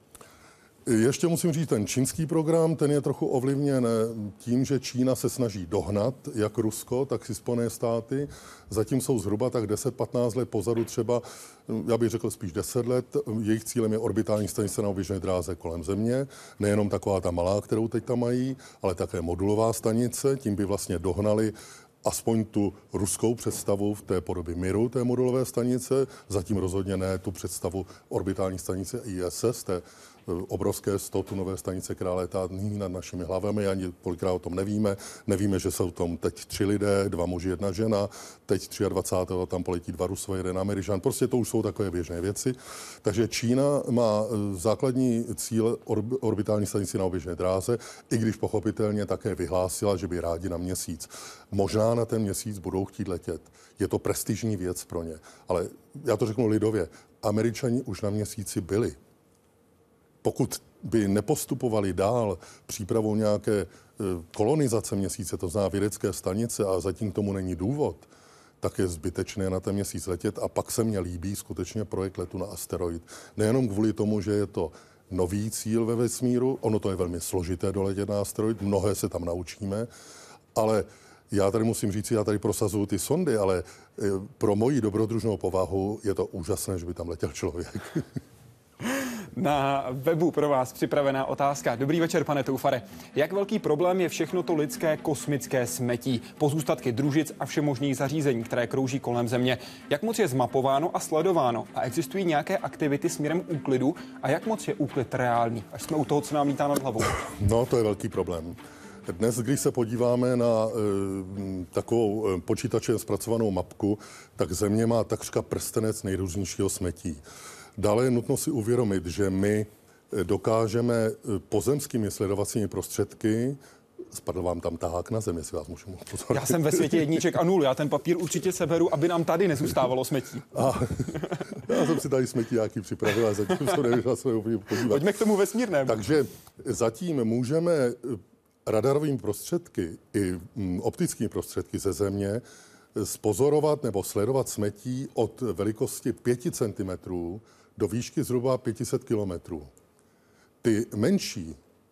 Ještě musím říct, ten čínský program, ten je trochu ovlivněn tím, že Čína se snaží dohnat jak Rusko, tak i Spojené státy. Zatím jsou zhruba tak 10-15 let pozadu, třeba, já bych řekl spíš 10 let. Jejich cílem je orbitální stanice na oběžné dráze kolem Země. Nejenom taková ta malá, kterou teď tam mají, ale také modulová stanice. Tím by vlastně dohnali aspoň tu ruskou představu v té podobě Miru, té modulové stanice. Zatím rozhodně ne tu představu orbitální stanice ISS, té obrovské 100-tunové stanice, která létá nyní nad našimi hlavami, ani kolikrát o tom nevíme. Nevíme, že jsou tam teď 3 lidé, 2 muži, 1 žena, teď 23. tam poletí 2 Rusové, 1 Američan. Prostě to už jsou takové běžné věci. Takže Čína má základní cíl orbitální stanici na oběžné dráze, i když pochopitelně také vyhlásila, že by rádi na Měsíc. Možná na ten Měsíc budou chtít letět. Je to prestižní věc pro ně. Ale já to řeknu lidově, Američani už na Měsíci byli. Pokud by nepostupovali dál přípravou nějaké kolonizace Měsíce, to znamená vědecké stanice, a zatím k tomu není důvod, tak je zbytečné na ten Měsíc letět. A pak se mně líbí skutečně projekt letu na asteroid. Nejenom kvůli tomu, že je to nový cíl ve vesmíru, ono to je velmi složité doletět na asteroid, mnohé se tam naučíme, ale já tady musím říct, já tady prosazuju ty sondy, ale pro moji dobrodružnou povahu je to úžasné, že by tam letěl člověk. Na webu pro vás připravená otázka. Dobrý večer, pane Toufare. Jak velký problém je všechno to lidské kosmické smetí, pozůstatky družic a všemožných zařízení, které krouží kolem Země? Jak moc je zmapováno a sledováno? A existují nějaké aktivity směrem k úklidu? A jak moc je úklid reálný? Až jsme u toho, co nám lítá nad hlavou. No, to je velký problém. Dnes, když se podíváme na takovou počítačem zpracovanou mapku, tak Země má takřka prstenec nejrůznějšího smetí. Dále je nutno si uvědomit, že my dokážeme pozemskými sledovacími prostředky, spadl vám tam tahák na Zemi, jestli vás můžu upozornit. Já jsem ve světě 1 a 0, já ten papír určitě seberu, aby nám tady nezůstávalo smetí. Já jsem si tady smetíjáky připravil, ale zatím jsem nevyšel se úplně podívat. Pojďme k tomu vesmírnému. Takže zatím můžeme radarovými prostředky i optickými prostředky ze Země spozorovat nebo sledovat smetí od velikosti 5 cm do výšky zhruba 500 kilometrů. Ty menší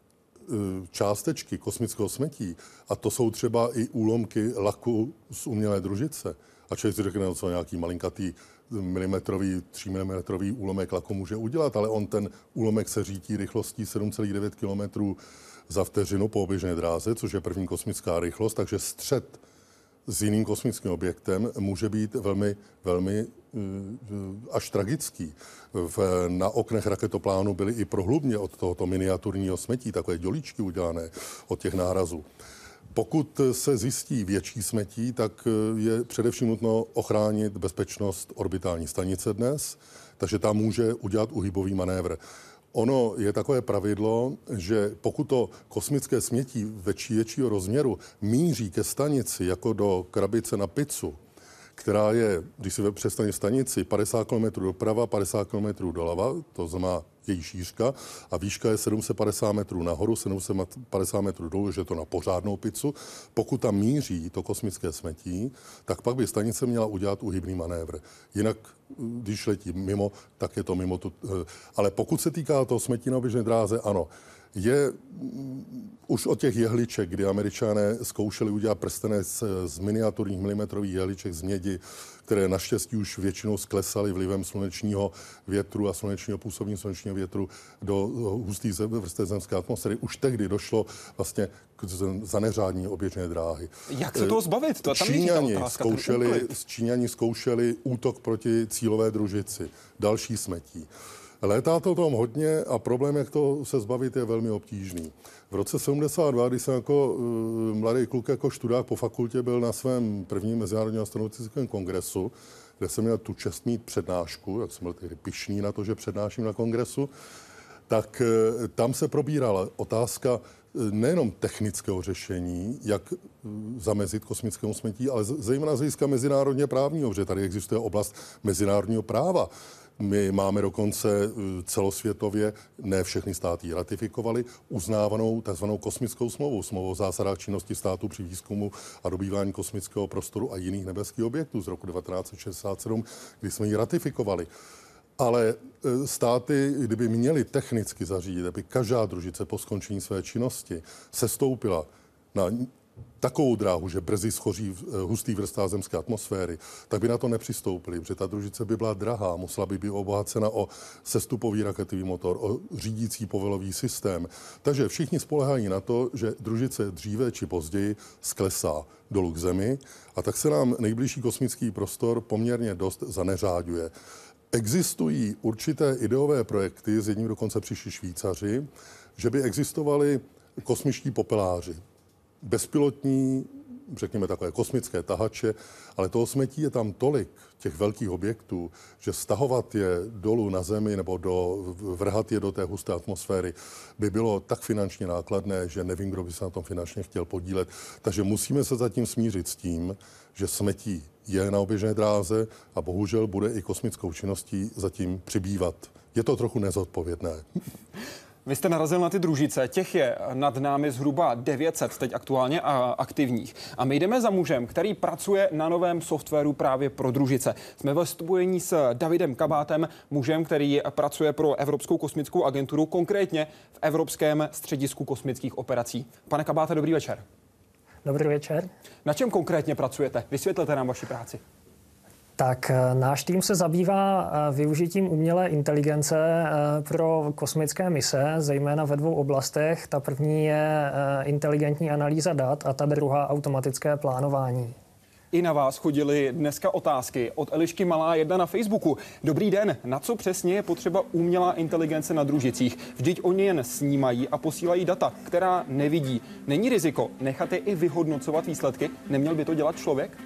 částečky kosmického smetí, a to jsou třeba i úlomky laku z umělé družice, a člověk si řekne, co nějaký malinkatý milimetrový, 3 mm úlomek laku může udělat, ale on ten úlomek se řítí rychlostí 7,9 km za vteřinu po oběžné dráze, což je první kosmická rychlost, takže střet s jiným kosmickým objektem může být velmi, velmi až tragický. Na oknech raketoplánu byly i prohlubně od tohoto miniaturního smetí takové dělíčky udělané od těch nárazů. Pokud se zjistí větší smetí, tak je především nutno ochránit bezpečnost orbitální stanice dnes, takže tam může udělat uhybový manévr. Ono je takové pravidlo, že pokud to kosmické smětí většího rozměru míří ke stanici jako do krabice na pizzu, která je, když si představí stanici, 50 km doprava, 50 km doleva, to znamená její šířka a výška je 750 metrů nahoru, 750 metrů dolů, že je to na pořádnou pizzu. Pokud tam míří to kosmické smetí, tak pak by stanice měla udělat uhybný manévr. Jinak, když letí mimo, tak je to mimo tu... Ale pokud se týká toho smetí na oběžné dráze, ano, je už od těch jehliček, kdy Američané zkoušeli udělat prstenec z miniaturních milimetrových jehliček z mědi, které naštěstí už většinou sklesaly vlivem slunečního větru a působení slunečního větru do hustých vrstev zemské atmosféry. Už tehdy došlo vlastně k zaneřádní oběžné dráhy. Jak se toho zbavit? To tam Číňani zkoušeli útok proti cílové družici, další smetí. Létá to tam hodně a problém, jak to se zbavit, je velmi obtížný. V roce 72, když jsem jako mladý kluk, jako študák po fakultě byl na svém prvním mezinárodním astronomickém kongresu, kde jsem měl tu čest mít přednášku, jak jsem byl tehdy pyšný na to, že přednáším na kongresu, tak tam se probírala otázka nejenom technického řešení, jak zamezit kosmickému smetí, ale zejména z hlediska mezinárodně právního, protože tady existuje oblast mezinárodního práva. My máme dokonce celosvětově, ne všechny státy ratifikovaly, uznávanou tzv. Kosmickou smlouvu, smlouvu o zásadách činnosti států při výzkumu a dobývání kosmického prostoru a jiných nebeských objektů z roku 1967, kdy jsme ji ratifikovali. Ale státy, kdyby měly technicky zařídit, aby každá družice po skončení své činnosti sestoupila na takovou dráhu, že brzy schoří hustý vrstva zemské atmosféry, tak by na to nepřistoupili, protože ta družice by byla drahá, musela by být obohacena o sestupový raketový motor, o řídící povelový systém. Takže všichni spoléhají na to, že družice dříve či později sklesá dolů k Zemi a tak se nám nejbližší kosmický prostor poměrně dost zaneřáďuje. Existují určité ideové projekty, s jedním dokonce přišli Švýcaři, že by existovali kosmičtí popeláři. Bezpilotní, řekněme takové kosmické tahače, ale toho smetí je tam tolik, těch velkých objektů, že stahovat je dolů na Zemi nebo vrhat je do té husté atmosféry by bylo tak finančně nákladné, že nevím, kdo by se na tom finančně chtěl podílet. Takže musíme se zatím smířit s tím, že smetí je na oběžné dráze a bohužel bude i kosmickou činností zatím přibývat. Je to trochu nezodpovědné. Vy jste narazil na ty družice, těch je nad námi zhruba 900 teď aktuálně aktivních. A my jdeme za mužem, který pracuje na novém softwaru právě pro družice. Jsme ve spojení s Davidem Kabátem, mužem, který pracuje pro Evropskou kosmickou agenturu, konkrétně v Evropském středisku kosmických operací. Pane Kabáte, dobrý večer. Dobrý večer. Na čem konkrétně pracujete? Vysvětlete nám vaši práci. Tak náš tým se zabývá využitím umělé inteligence pro kosmické mise, zejména ve dvou oblastech. Ta první je inteligentní analýza dat a ta druhá automatické plánování. I na vás chodily dneska otázky od Elišky Malá 1 na Facebooku. Dobrý den, na co přesně je potřeba umělá inteligence na družicích? Vždyť oni jen snímají a posílají data, která nevidí. Není riziko nechat je i vyhodnocovat výsledky? Neměl by to dělat člověk?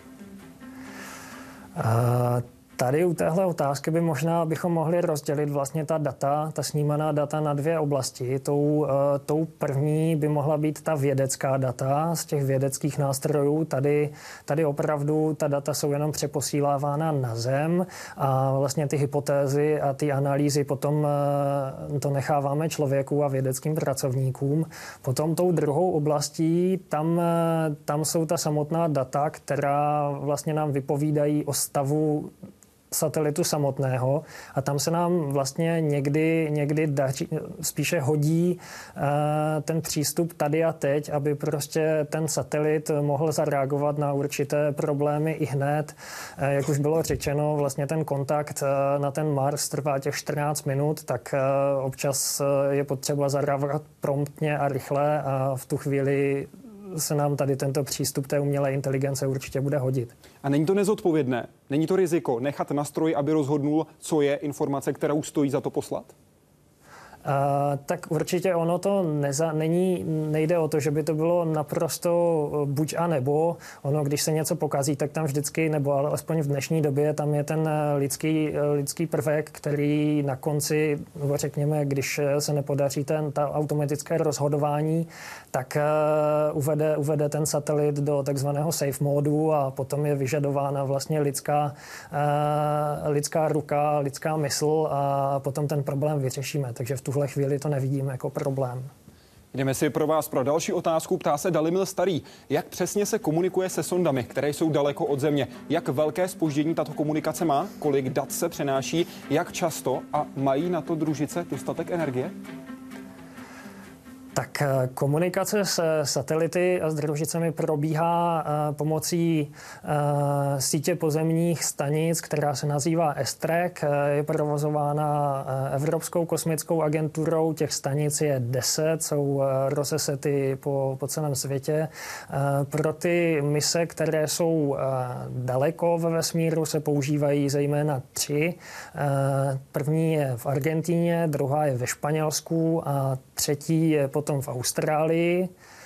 Tady u téhle otázky bychom mohli rozdělit vlastně ta snímaná data na dvě oblasti. Tou první by mohla být ta vědecká data z těch vědeckých nástrojů. Tady opravdu ta data jsou jenom přeposílávána na Zem a vlastně ty hypotézy a ty analýzy potom to necháváme člověku a vědeckým pracovníkům. Potom tou druhou oblastí, tam jsou ta samotná data, která vlastně nám vypovídají o stavu satelitu samotného a tam se nám vlastně někdy spíše hodí ten přístup tady a teď, aby prostě ten satelit mohl zareagovat na určité problémy i hned. Jak už bylo řečeno, vlastně ten kontakt na ten Mars trvá těch 14 minut, tak občas je potřeba zareagovat promptně a rychle a v tu chvíli se nám tady tento přístup té umělé inteligence určitě bude hodit. A není to nezodpovědné? Není to riziko nechat na stroji, aby rozhodnul, co je informace, kterou stojí za to poslat? Tak určitě ono to nejde o to, že by to bylo naprosto buď a nebo. Ono, když se něco pokazí, tak tam vždycky, nebo alespoň v dnešní době, tam je ten lidský prvek, který na konci, nebo řekněme, když se nepodaří ta automatické rozhodování, tak uvede ten satelit do takzvaného safe módu a potom je vyžadována vlastně lidská ruka, lidská mysl a potom ten problém vyřešíme. Takže v tuhle chvíli to nevidíme jako problém. Jdeme si pro vás pro další otázku. Ptá se Dalimil Starý. Jak přesně se komunikuje se sondami, které jsou daleko od Země? Jak velké zpoždění tato komunikace má? Kolik dat se přenáší? Jak často? A mají na to družice dostatek energie? Tak komunikace s satelity a s družicemi probíhá pomocí sítě pozemních stanic, která se nazývá ESTRAC. Je provozována Evropskou kosmickou agenturou. Těch stanic je 10, jsou rozesety po celém světě. Pro ty mise, které jsou daleko ve vesmíru, se používají zejména 3. První je v Argentíně, druhá je ve Španělsku a třetí je potom v Austrálii.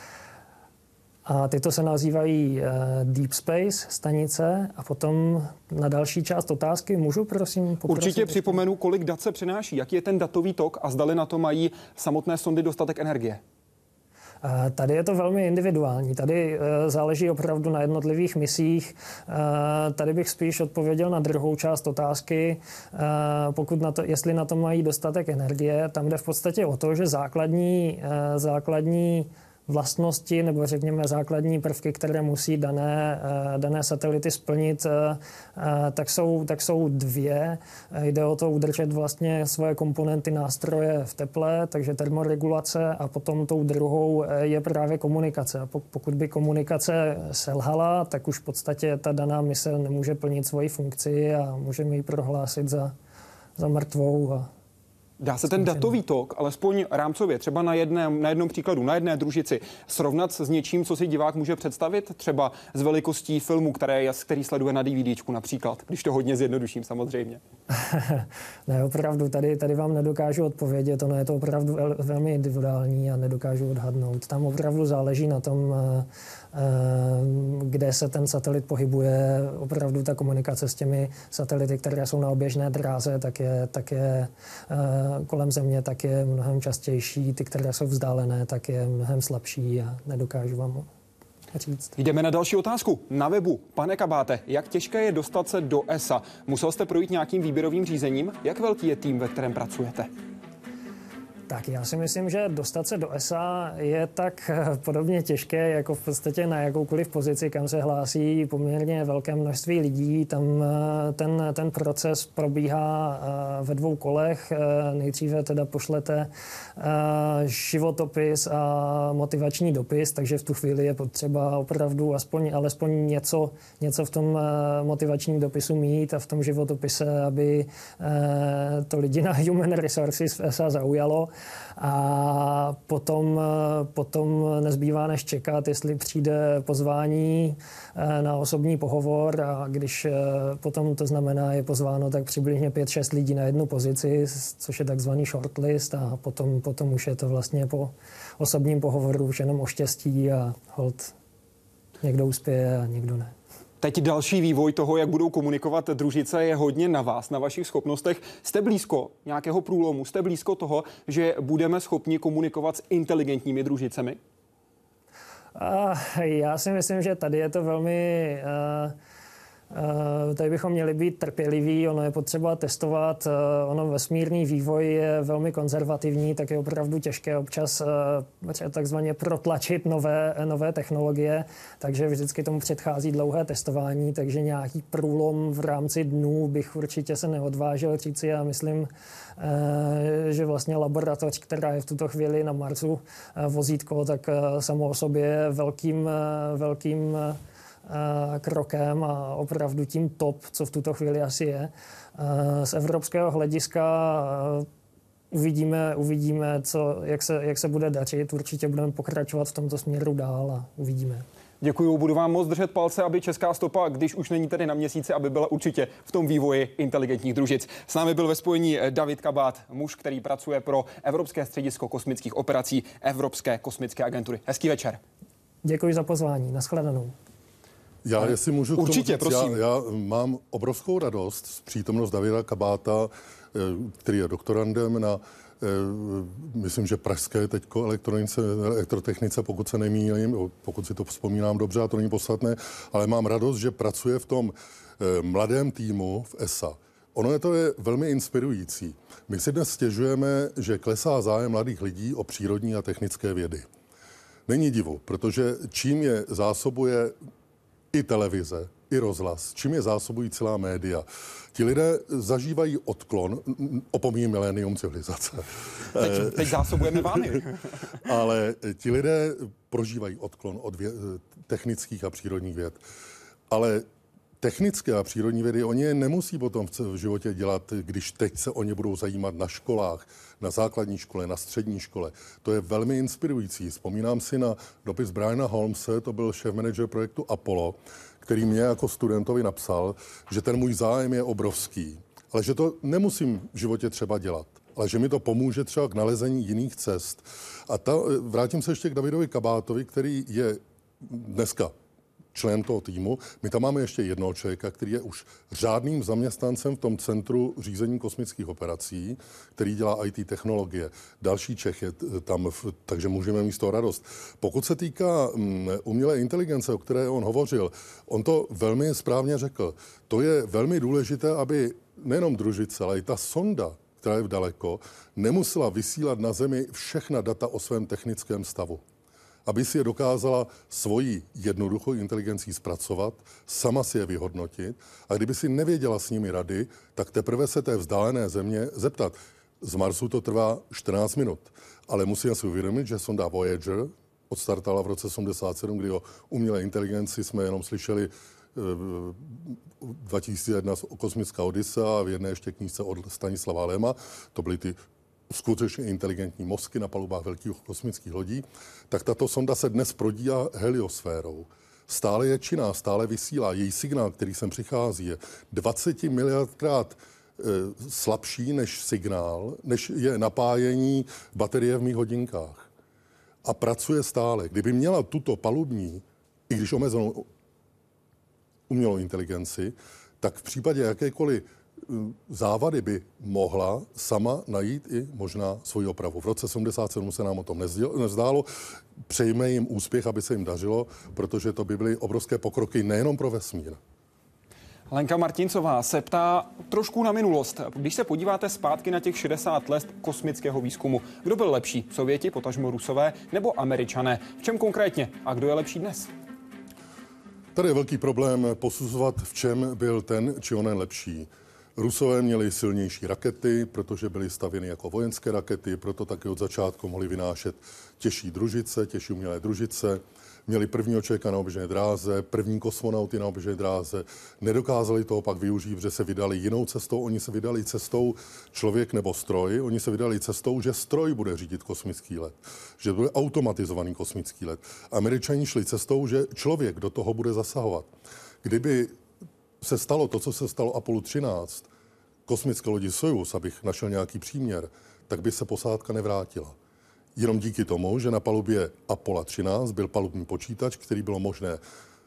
A tyto se nazývají Deep Space stanice. A potom na další část otázky můžu, prosím, poprosit? Určitě připomenu, kolik dat se přináší, jaký je ten datový tok a zdali na to mají samotné sondy dostatek energie. Tady je to velmi individuální. Tady záleží opravdu na jednotlivých misích. Tady bych spíš odpověděl na druhou část otázky. Jestli na to mají dostatek energie, tam jde v podstatě o to, že základní vlastnosti nebo řekněme základní prvky, které musí dané satelity splnit, tak jsou 2. Jde o to udržet vlastně svoje komponenty nástroje v teple, takže termoregulace a potom tou druhou je právě komunikace. Pokud by komunikace selhala, tak už v podstatě ta daná mise nemůže plnit svoji funkci a můžeme ji prohlásit za mrtvou. Dá se ten datový tok, alespoň rámcově, třeba na jednom příkladu, na jedné družici, srovnat s něčím, co si divák může představit? Třeba s velikostí filmu, který sleduje na DVDčku například, když to hodně zjednoduším samozřejmě. Ne, opravdu, tady vám nedokážu odpovědět, ono je to opravdu velmi individuální a nedokážu odhadnout. Tam opravdu záleží na tom, kde se ten satelit pohybuje. Opravdu ta komunikace s těmi satelity, které jsou na oběžné dráze, tak je kolem Země, tak je mnohem častější. Ty, které jsou vzdálené, tak je mnohem slabší a nedokážu vám říct. Jdeme na další otázku. Na webu. Pane Kabáte, jak těžké je dostat se do ESA? Musel jste projít nějakým výběrovým řízením? Jak velký je tým, ve kterém pracujete? Tak já si myslím, že dostat se do ESA je tak podobně těžké, jako v podstatě na jakoukoliv pozici, kam se hlásí poměrně velké množství lidí. Tam ten proces probíhá ve 2 kolech. Nejdříve teda pošlete životopis a motivační dopis, takže v tu chvíli je potřeba opravdu alespoň něco v tom motivačním dopisu mít a v tom životopise, aby to lidi na Human Resources v ESA zaujalo. A potom nezbývá než čekat, jestli přijde pozvání na osobní pohovor a když potom to znamená, je pozváno tak přibližně 5-6 lidí na jednu pozici, což je takzvaný shortlist a potom už je to vlastně po osobním pohovoru už jenom o štěstí a holt někdo uspěje a někdo ne. Teď další vývoj toho, jak budou komunikovat družice, je hodně na vás, na vašich schopnostech. Jste blízko nějakého průlomu? Jste blízko toho, že budeme schopni komunikovat s inteligentními družicemi? Já si myslím, že tady je to velmi... Tady bychom měli být trpěliví, ono je potřeba testovat, ono vesmírný vývoj je velmi konzervativní, tak je opravdu těžké občas takzvaně protlačit nové technologie, takže vždycky tomu předchází dlouhé testování, takže nějaký průlom v rámci dnů bych určitě se neodvážil říci. Já myslím, že vlastně laboratoř, která je v tuto chvíli na Marsu, vozítko, tak samo o sobě je velkým krokem a opravdu tím top, co v tuto chvíli asi je. Z evropského hlediska uvidíme jak se bude dařit. Určitě budeme pokračovat v tomto směru dál a uvidíme. Děkuju, budu vám moc držet palce, aby česká stopa, když už není tedy na Měsíci, aby byla určitě v tom vývoji inteligentních družic. S námi byl ve spojení David Kabát, muž, který pracuje pro Evropské středisko kosmických operací Evropské kosmické agentury. Hezký večer. Děkuji za pozvání, nashledanou. Já, jestli můžu určitě, k tomu říct, prosím. já mám obrovskou radost z přítomnost Davida Kabáta, který je doktorandem na myslím, že pražské teďko elektrotechnice, pokud se nemýlím, pokud si to vzpomínám dobře, a to není podstatné, ale mám radost, že pracuje v tom mladém týmu v ESA. Ono je velmi inspirující. My si dnes stěžujeme, že klesá zájem mladých lidí o přírodní a technické vědy. Není divu, protože čím je zásobuje i televize, i rozhlas, čím je zásobují celá média. Ti lidé zažívají odklon, opomíjí milénium civilizace. Teď zásobujeme vámi. Ale ti lidé prožívají odklon od technických a přírodních věd. Ale technické a přírodní vědy, oni je nemusí potom v životě dělat, když teď se o ně budou zajímat na školách, na základní škole, na střední škole. To je velmi inspirující. Vzpomínám si na dopis Briana Holmese, to byl šéf-manažer projektu Apollo, který mě jako studentovi napsal, že ten můj zájem je obrovský, ale že to nemusím v životě třeba dělat, ale že mi to pomůže třeba k nalezení jiných cest. A vrátím se ještě k Davidovi Kabátovi, který je dneska člen toho týmu. My tam máme ještě jednoho člověka, který je už řádným zaměstnancem v tom centru řízení kosmických operací, který dělá IT technologie. Další Čech je tam, takže můžeme mít z toho radost. Pokud se týká umělé inteligence, o které on hovořil, on to velmi správně řekl. To je velmi důležité, aby nejenom družice, ale i ta sonda, která je daleko, nemusela vysílat na Zemi všechna data o svém technickém stavu. Aby si je dokázala svojí jednoduchou inteligencí zpracovat, sama si je vyhodnotit a kdyby si nevěděla s nimi rady, tak teprve se té vzdálené země zeptat. Z Marsu to trvá 14 minut, ale musíme si uvědomit, že sonda Voyager odstartala v roce 77, kdy o umělé inteligenci jsme jenom slyšeli 2001 kosmická Odyssea a v jedné ještě knížce od Stanislava Lema, to byly ty skutečně inteligentní mozky na palubách velkých kosmických lodí, tak tato sonda se dnes prodíhá heliosférou. Stále je činná, stále vysílá. Její signál, který sem přichází, je 20 miliardkrát slabší než signál, než je napájení baterie v mých hodinkách. A pracuje stále. Kdyby měla tuto palubní, i když omezenou umělou inteligenci, tak v případě jakékoliv závady by mohla sama najít i možná svoji opravu. V roce 77 se nám o tom nezdálo. Přejme jim úspěch, aby se jim dařilo, protože to by byly obrovské pokroky nejenom pro vesmír. Lenka Martincová se ptá trošku na minulost. Když se podíváte zpátky na těch 60 let kosmického výzkumu, kdo byl lepší? Sověti, potažmo Rusové nebo Američané? V čem konkrétně? A kdo je lepší dnes? Tady je velký problém posuzovat, v čem byl ten či onen lepší. Rusové měli silnější rakety, protože byly stavěny jako vojenské rakety, proto taky od začátku mohli vynášet těžší družice, těžší umělé družice. Měli prvního člověka na oběžné dráze, první kosmonauty na oběžné dráze. Nedokázali toho pak využít, že se vydali jinou cestou. Oni se vydali cestou člověk nebo stroj. Oni se vydali cestou, že stroj bude řídit kosmický let. Že bude automatizovaný kosmický let. Američani šli cestou, že člověk do toho bude zasahovat. Kdyby se stalo to, co se stalo Apollo 13, kosmické lodi Sojuz, abych našel nějaký příměr, tak by se posádka nevrátila. Jenom díky tomu, že na palubě Apollo 13 byl palubní počítač, který bylo možné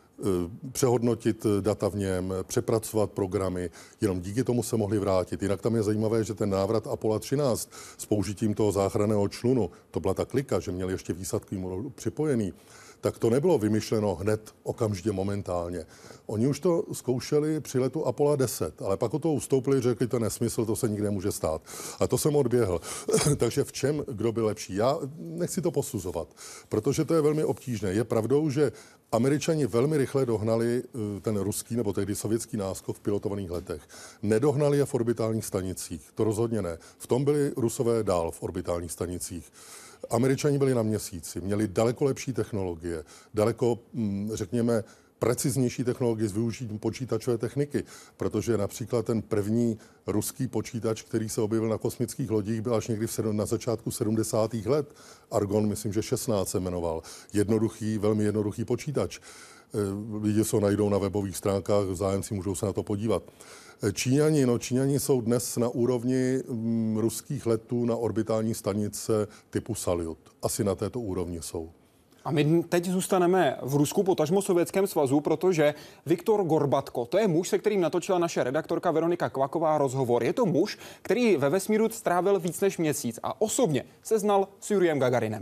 přehodnotit data v něm, přepracovat programy, jenom díky tomu se mohli vrátit. Jinak tam je zajímavé, že ten návrat Apollo 13 s použitím toho záchranného člunu, to byla ta klika, že měli ještě výsadkový modul připojený, tak to nebylo vymyšleno hned, okamžitě, momentálně. Oni už to zkoušeli při letu Apollo 10, ale pak o to ustoupili, řekli, to nesmysl, to se nikdy nemůže stát. A to jsem odběhl. Takže v čem kdo byl lepší? Já nechci to posuzovat, protože to je velmi obtížné. Je pravdou, že Američani velmi rychle dohnali ten ruský nebo tehdy sovětský náskok v pilotovaných letech. Nedohnali je v orbitálních stanicích, to rozhodně ne. V tom byli Rusové dál v orbitálních stanicích. Američani byli na Měsíci, měli daleko lepší technologie, daleko, řekněme, preciznější technologie s využitím počítačové techniky, protože například ten první ruský počítač, který se objevil na kosmických lodích, byl až někdy na začátku 70. let. Argon, myslím, že 16 se jmenoval. Jednoduchý, velmi jednoduchý počítač. Lidi se ho najdou na webových stránkách, zájemci můžou se na to podívat. Číňani jsou dnes na úrovni ruských letů na orbitální stanice typu Salyut. Asi na této úrovni jsou. A my teď zůstaneme v Rusku, potažmo Sovětském svazu, protože Viktor Gorbatko, to je muž, se kterým natočila naše redaktorka Veronika Kvaková rozhovor. Je to muž, který ve vesmíru strávil víc než měsíc a osobně se znal s Jurijem Gagarinem.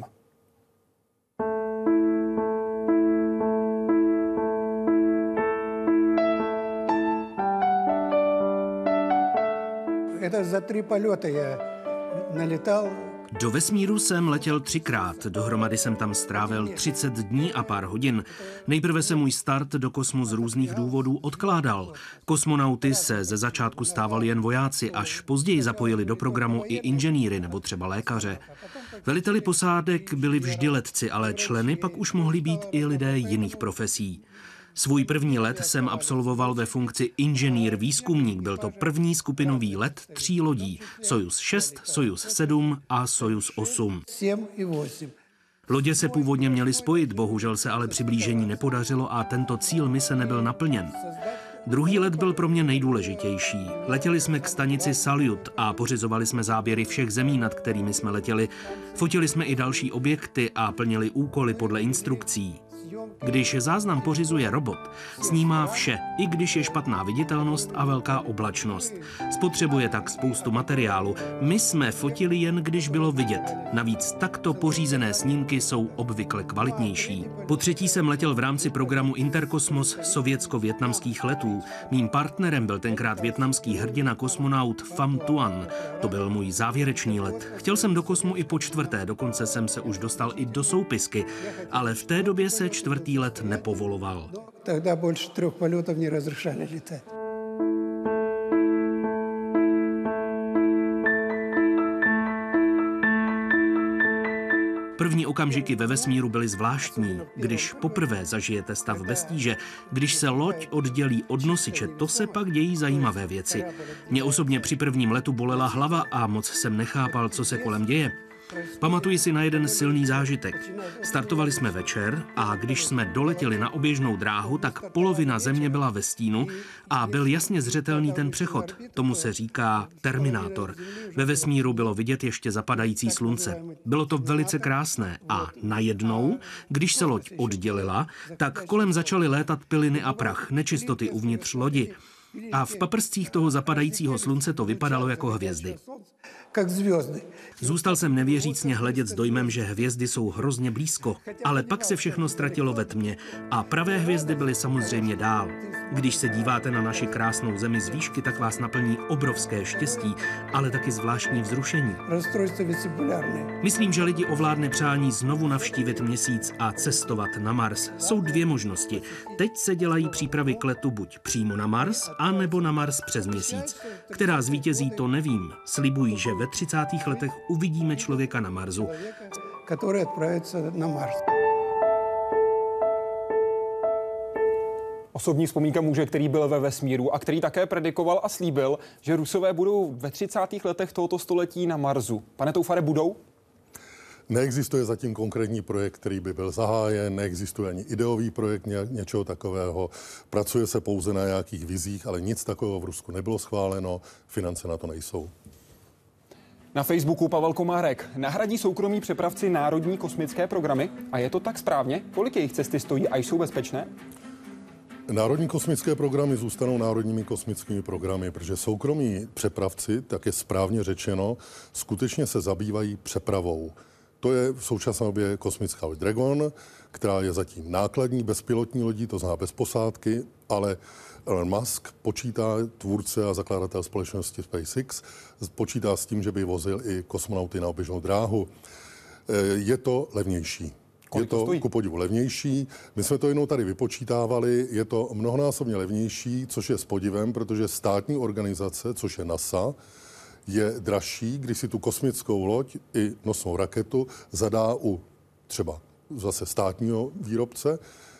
Za 3 полета я налетал. Do vesmíru jsem letěl 3krát, dohromady jsem tam strávil 30 dní a pár hodin. Nejprve se můj start do kosmu z různých důvodů odkládal. Kosmonauty se ze začátku stávali jen vojáci, až později zapojili do programu i inženýry nebo třeba lékaře. Veliteli posádek byli vždy letci, ale členy pak už mohli být i lidé jiných profesí. Svůj první let jsem absolvoval ve funkci inženýr-výzkumník. Byl to první skupinový let 3 lodí. Sojuz 6, Sojuz 7 a Sojuz 8. Lodě se původně měly spojit, bohužel se ale přiblížení nepodařilo a tento cíl mise nebyl naplněn. Druhý let byl pro mě nejdůležitější. Letěli jsme k stanici Salyut a pořizovali jsme záběry všech zemí, nad kterými jsme letěli. Fotili jsme i další objekty a plnili úkoly podle instrukcí. Když záznam pořizuje robot, snímá vše, i když je špatná viditelnost a velká oblačnost. Spotřebuje tak spoustu materiálu. My jsme fotili jen, když bylo vidět. Navíc takto pořízené snímky jsou obvykle kvalitnější. Po třetí jsem letěl v rámci programu Interkosmos sovětsko-vietnamských letů. Mým partnerem byl tenkrát vietnamský hrdina kosmonaut Pham Tuan. To byl můj závěrečný let. Chtěl jsem do kosmu i po 4., dokonce jsem se už dostal i do soupisky, ale v té době se 4. let nepovoloval. Тогда больше 3 полетов не разрешали летать. První okamžiky ve vesmíru byly zvláštní. Když poprvé zažijete stav bez tíže, když se loď oddělí od nosiče, to se pak dějí zajímavé věci. Mě osobně při prvním letu bolela hlava a moc jsem nechápal, co se kolem děje. Pamatuji si na jeden silný zážitek. Startovali jsme večer a když jsme doletěli na oběžnou dráhu, tak polovina země byla ve stínu a byl jasně zřetelný ten přechod. Tomu se říká terminátor. Ve vesmíru bylo vidět ještě zapadající slunce. Bylo to velice krásné a najednou, když se loď oddělila, tak kolem začaly létat pyliny a prach, nečistoty uvnitř lodi. A v paprscích toho zapadajícího slunce to vypadalo jako hvězdy. Zůstal jsem nevěřícně hledět s dojmem, že hvězdy jsou hrozně blízko, ale pak se všechno ztratilo ve tmě a pravé hvězdy byly samozřejmě dál. Když se díváte na naši krásnou zemi z výšky, tak vás naplní obrovské štěstí, ale taky zvláštní vzrušení. Myslím, že lidi ovládne přání znovu navštívit Měsíc a cestovat na Mars. Jsou 2 možnosti. Teď se dělají přípravy k letu buď přímo na Mars, anebo na Mars přes Měsíc. Která zvítězí, to nevím. Slibují, že ve 30. letech uvidíme člověka na Marsu. Osobní vzpomínka muže, který byl ve vesmíru a který také predikoval a slíbil, že Rusové budou ve 30. letech tohoto století na Marsu. Pane Toufare, budou? Neexistuje zatím konkrétní projekt, který by byl zahájen, neexistuje ani ideový projekt něčeho takového. Pracuje se pouze na nějakých vizích, ale nic takového v Rusku nebylo schváleno, finance na to nejsou. Na Facebooku Pavel Komárek. Nahradí soukromí přepravci národní kosmické programy? A je to tak správně? Kolik jejich cesty stojí a jsou bezpečné? Národní kosmické programy zůstanou národními kosmickými programy, protože soukromí přepravci, tak je správně řečeno, skutečně se zabývají přepravou. To je v současné době kosmická loď Dragon, která je zatím nákladní bezpilotní lodí, to znamená bez posádky, ale Elon Musk počítá, tvůrce a zakladatel společnosti SpaceX, počítá s tím, že by vozil i kosmonauty na oběžnou dráhu. Je to levnější. Je to ku podivu levnější. My jsme to jednou tady vypočítávali, je to mnohonásobně levnější, což je s podivem, protože státní organizace, což je NASA, je dražší, když si tu kosmickou loď i nosnou raketu zadá u třeba zase státního výrobce,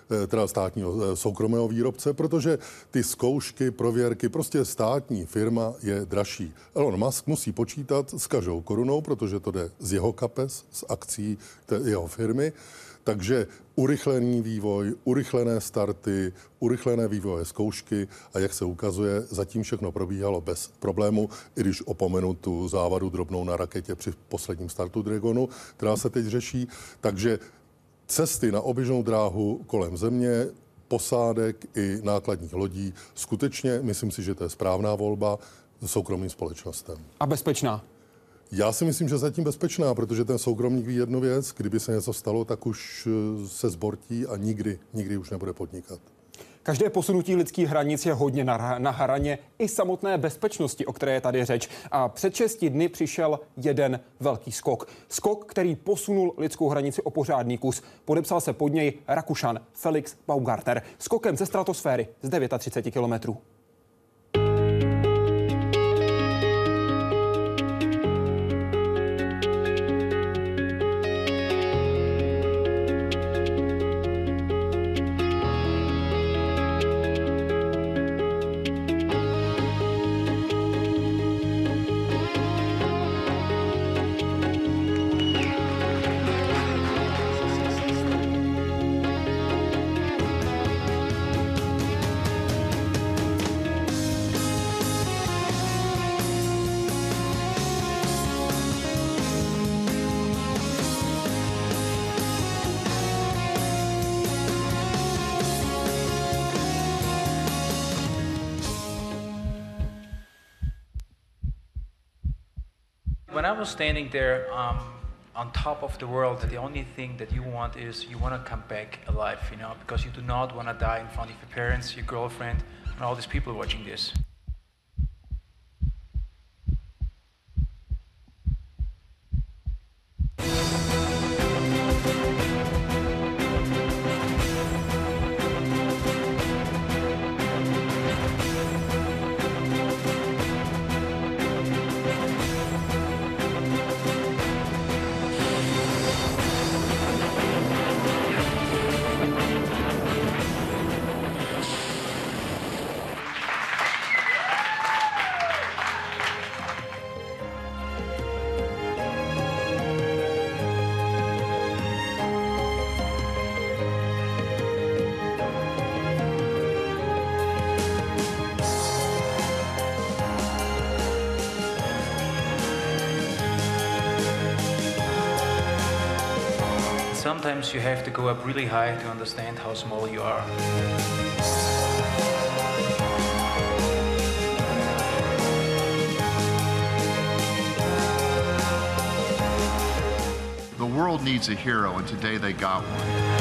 teda státního soukromého výrobce, protože ty zkoušky, prověrky, prostě státní firma je dražší. Elon Musk musí počítat s každou korunou, protože to jde z jeho kapes, z akcí jeho firmy. Takže urychlený vývoj, urychlené starty, urychlené vývojové zkoušky a jak se ukazuje, zatím všechno probíhalo bez problému, i když opomenu tu závadu drobnou na raketě při posledním startu Dragonu, která se teď řeší. Takže cesty na oběžnou dráhu kolem země, posádek i nákladních lodí, skutečně myslím si, že to je správná volba soukromým společnostem. A bezpečná? Já si myslím, že zatím bezpečná, protože ten soukromník ví jednu věc, kdyby se něco stalo, tak už se zbortí a nikdy už nebude podnikat. Každé posunutí lidských hranic je hodně na hraně i samotné bezpečnosti, o které je tady řeč. A před 6 dny přišel jeden velký skok. Skok, který posunul lidskou hranici o pořádný kus. Podepsal se pod něj Rakušan Felix Baumgartner. Skokem ze stratosféry z 39 kilometrů. When I was standing there on top of the world, the only thing that you want is you want to come back alive, you know, because you do not want to die in front of your parents, your girlfriend, and all these people watching this. Sometimes you have to go up really high to understand how small you are. The world needs a hero, and today they got one.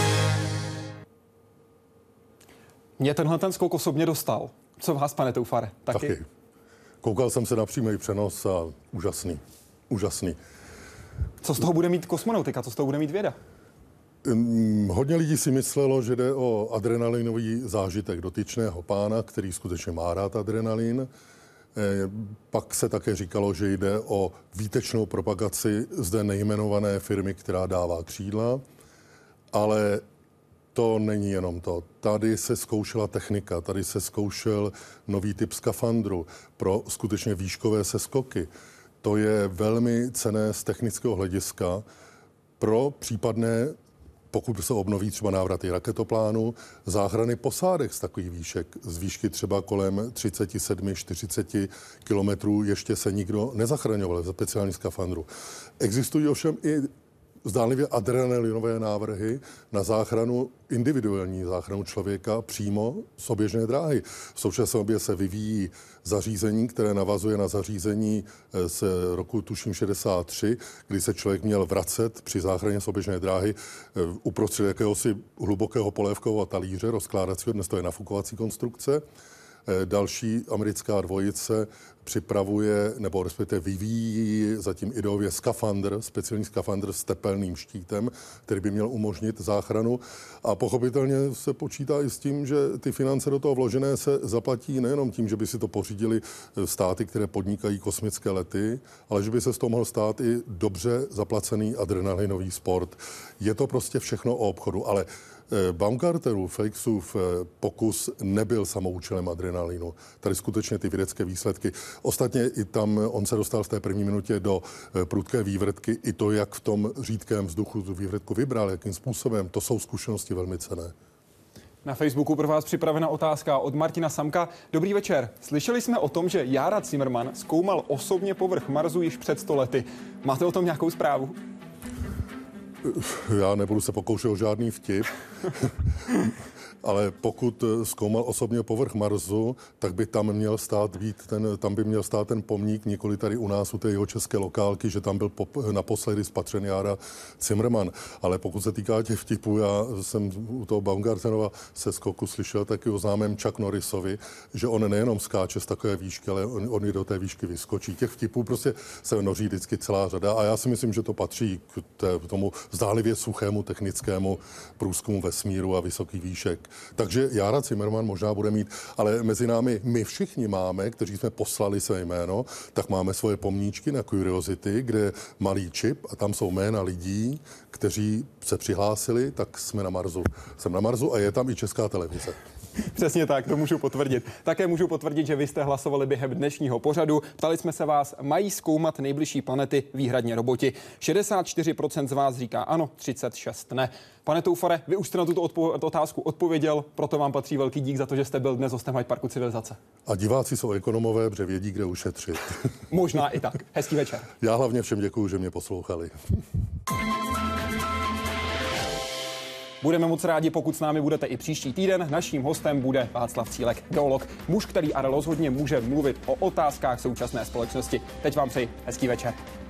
Mě tenhle ten skok osobně dostal. Co vás, pane Toufare? Taky. Koukal jsem se na přímý přenos a úžasný. Co z toho bude mít kosmonautika, co z toho bude mít věda? Hodně lidí si myslelo, že jde o adrenalinový zážitek dotyčného pána, který skutečně má rád adrenalin. Pak se také říkalo, že jde o výtečnou propagaci zde nejmenované firmy, která dává křídla, ale to není jenom to. Tady se zkoušela technika, tady se zkoušel nový typ skafandru pro skutečně výškové seskoky. To je velmi cenné z technického hlediska pro případné, pokud se obnoví třeba návraty raketoplánu, záchrany posádek z takových výšek. Z výšky třeba kolem 37-40 kilometrů ještě se nikdo nezachraňoval za speciální skafandru. Existují ovšem i zdánlivě adrenalinové návrhy na záchranu, individuální záchranu člověka přímo z oběžné dráhy. V současné době se vyvíjí zařízení, které navazuje na zařízení z roku tuším 63, kdy se člověk měl vracet při záchraně z oběžné dráhy uprostřed jakéhosi hlubokého polévkového talíře rozkládacího, dnes to je nafukovací konstrukce. Další americká dvojice připravuje, nebo respektive vyvíjí zatím ideově skafandr, speciální skafandr s tepelným štítem, který by měl umožnit záchranu. A pochopitelně se počítá i s tím, že ty finance do toho vložené se zaplatí nejenom tím, že by si to pořídili státy, které podnikají kosmické lety, ale že by se z toho mohl stát i dobře zaplacený adrenalinový sport. Je to prostě všechno o obchodu, ale Baumgartnerův, Felixův pokus nebyl samoučelem adrenalinu. Tady skutečně ty vědecké výsledky. Ostatně i tam on se dostal v té první minutě do prudké vývrtky. I to, jak v tom řídkém vzduchu tu vývrtku vybral, jakým způsobem, to jsou zkušenosti velmi cenné. Na Facebooku pro vás připravena otázka od Martina Samka. Dobrý večer. Slyšeli jsme o tom, že Jára Zimmermann zkoumal osobně povrch Marsu již před 100 lety. Máte o tom nějakou zprávu? Já nebudu se pokoušet o žádný vtip, ale pokud zkoumal osobně povrch Marsu, tak by tam měl stát ten pomník, nikoli tady u nás u té jeho české lokálky, že tam byl naposledy spatřen Jára Zimmermann. Ale pokud se týká těch vtipů, já jsem u toho Baumgartnerova se skoku slyšel taky o známém Chuck Norrisovi, že on nejenom skáče z takové výšky, ale on i do té výšky vyskočí. Těch vtipů prostě se množí vždycky celá řada a já si myslím, že to patří k tomu zdálivě suchému technickému průzkumu vesmíru a vysokých výšek. Takže Jára Zimmermann možná bude mít, ale mezi námi my všichni máme, kteří jsme poslali své jméno, tak máme svoje pomníčky na Curiosity, kde je malý čip a tam jsou jména lidí, kteří se přihlásili, tak jsme na Marsu. Jsem na Marsu a je tam i Česká televize. Přesně tak, to můžu potvrdit. Také můžu potvrdit, že vy jste hlasovali během dnešního pořadu. Ptali jsme se vás, mají zkoumat nejbližší planety výhradně roboti. 64% z vás říká ano, 36% ne. Pane Toufare, vy už jste na tuto otázku odpověděl, proto vám patří velký dík za to, že jste byl dnes hostem Hyde Parku Civilizace. A diváci jsou ekonomové, protože vědí, kde ušetřit. Možná i tak. Hezký večer. Já hlavně všem děkuju, že mě poslouchali. Budeme moc rádi, pokud s námi budete i příští týden. Naším hostem bude Václav Cílek, geolog, muž, který ale rozhodně může mluvit o otázkách současné společnosti. Teď vám přeji hezký večer.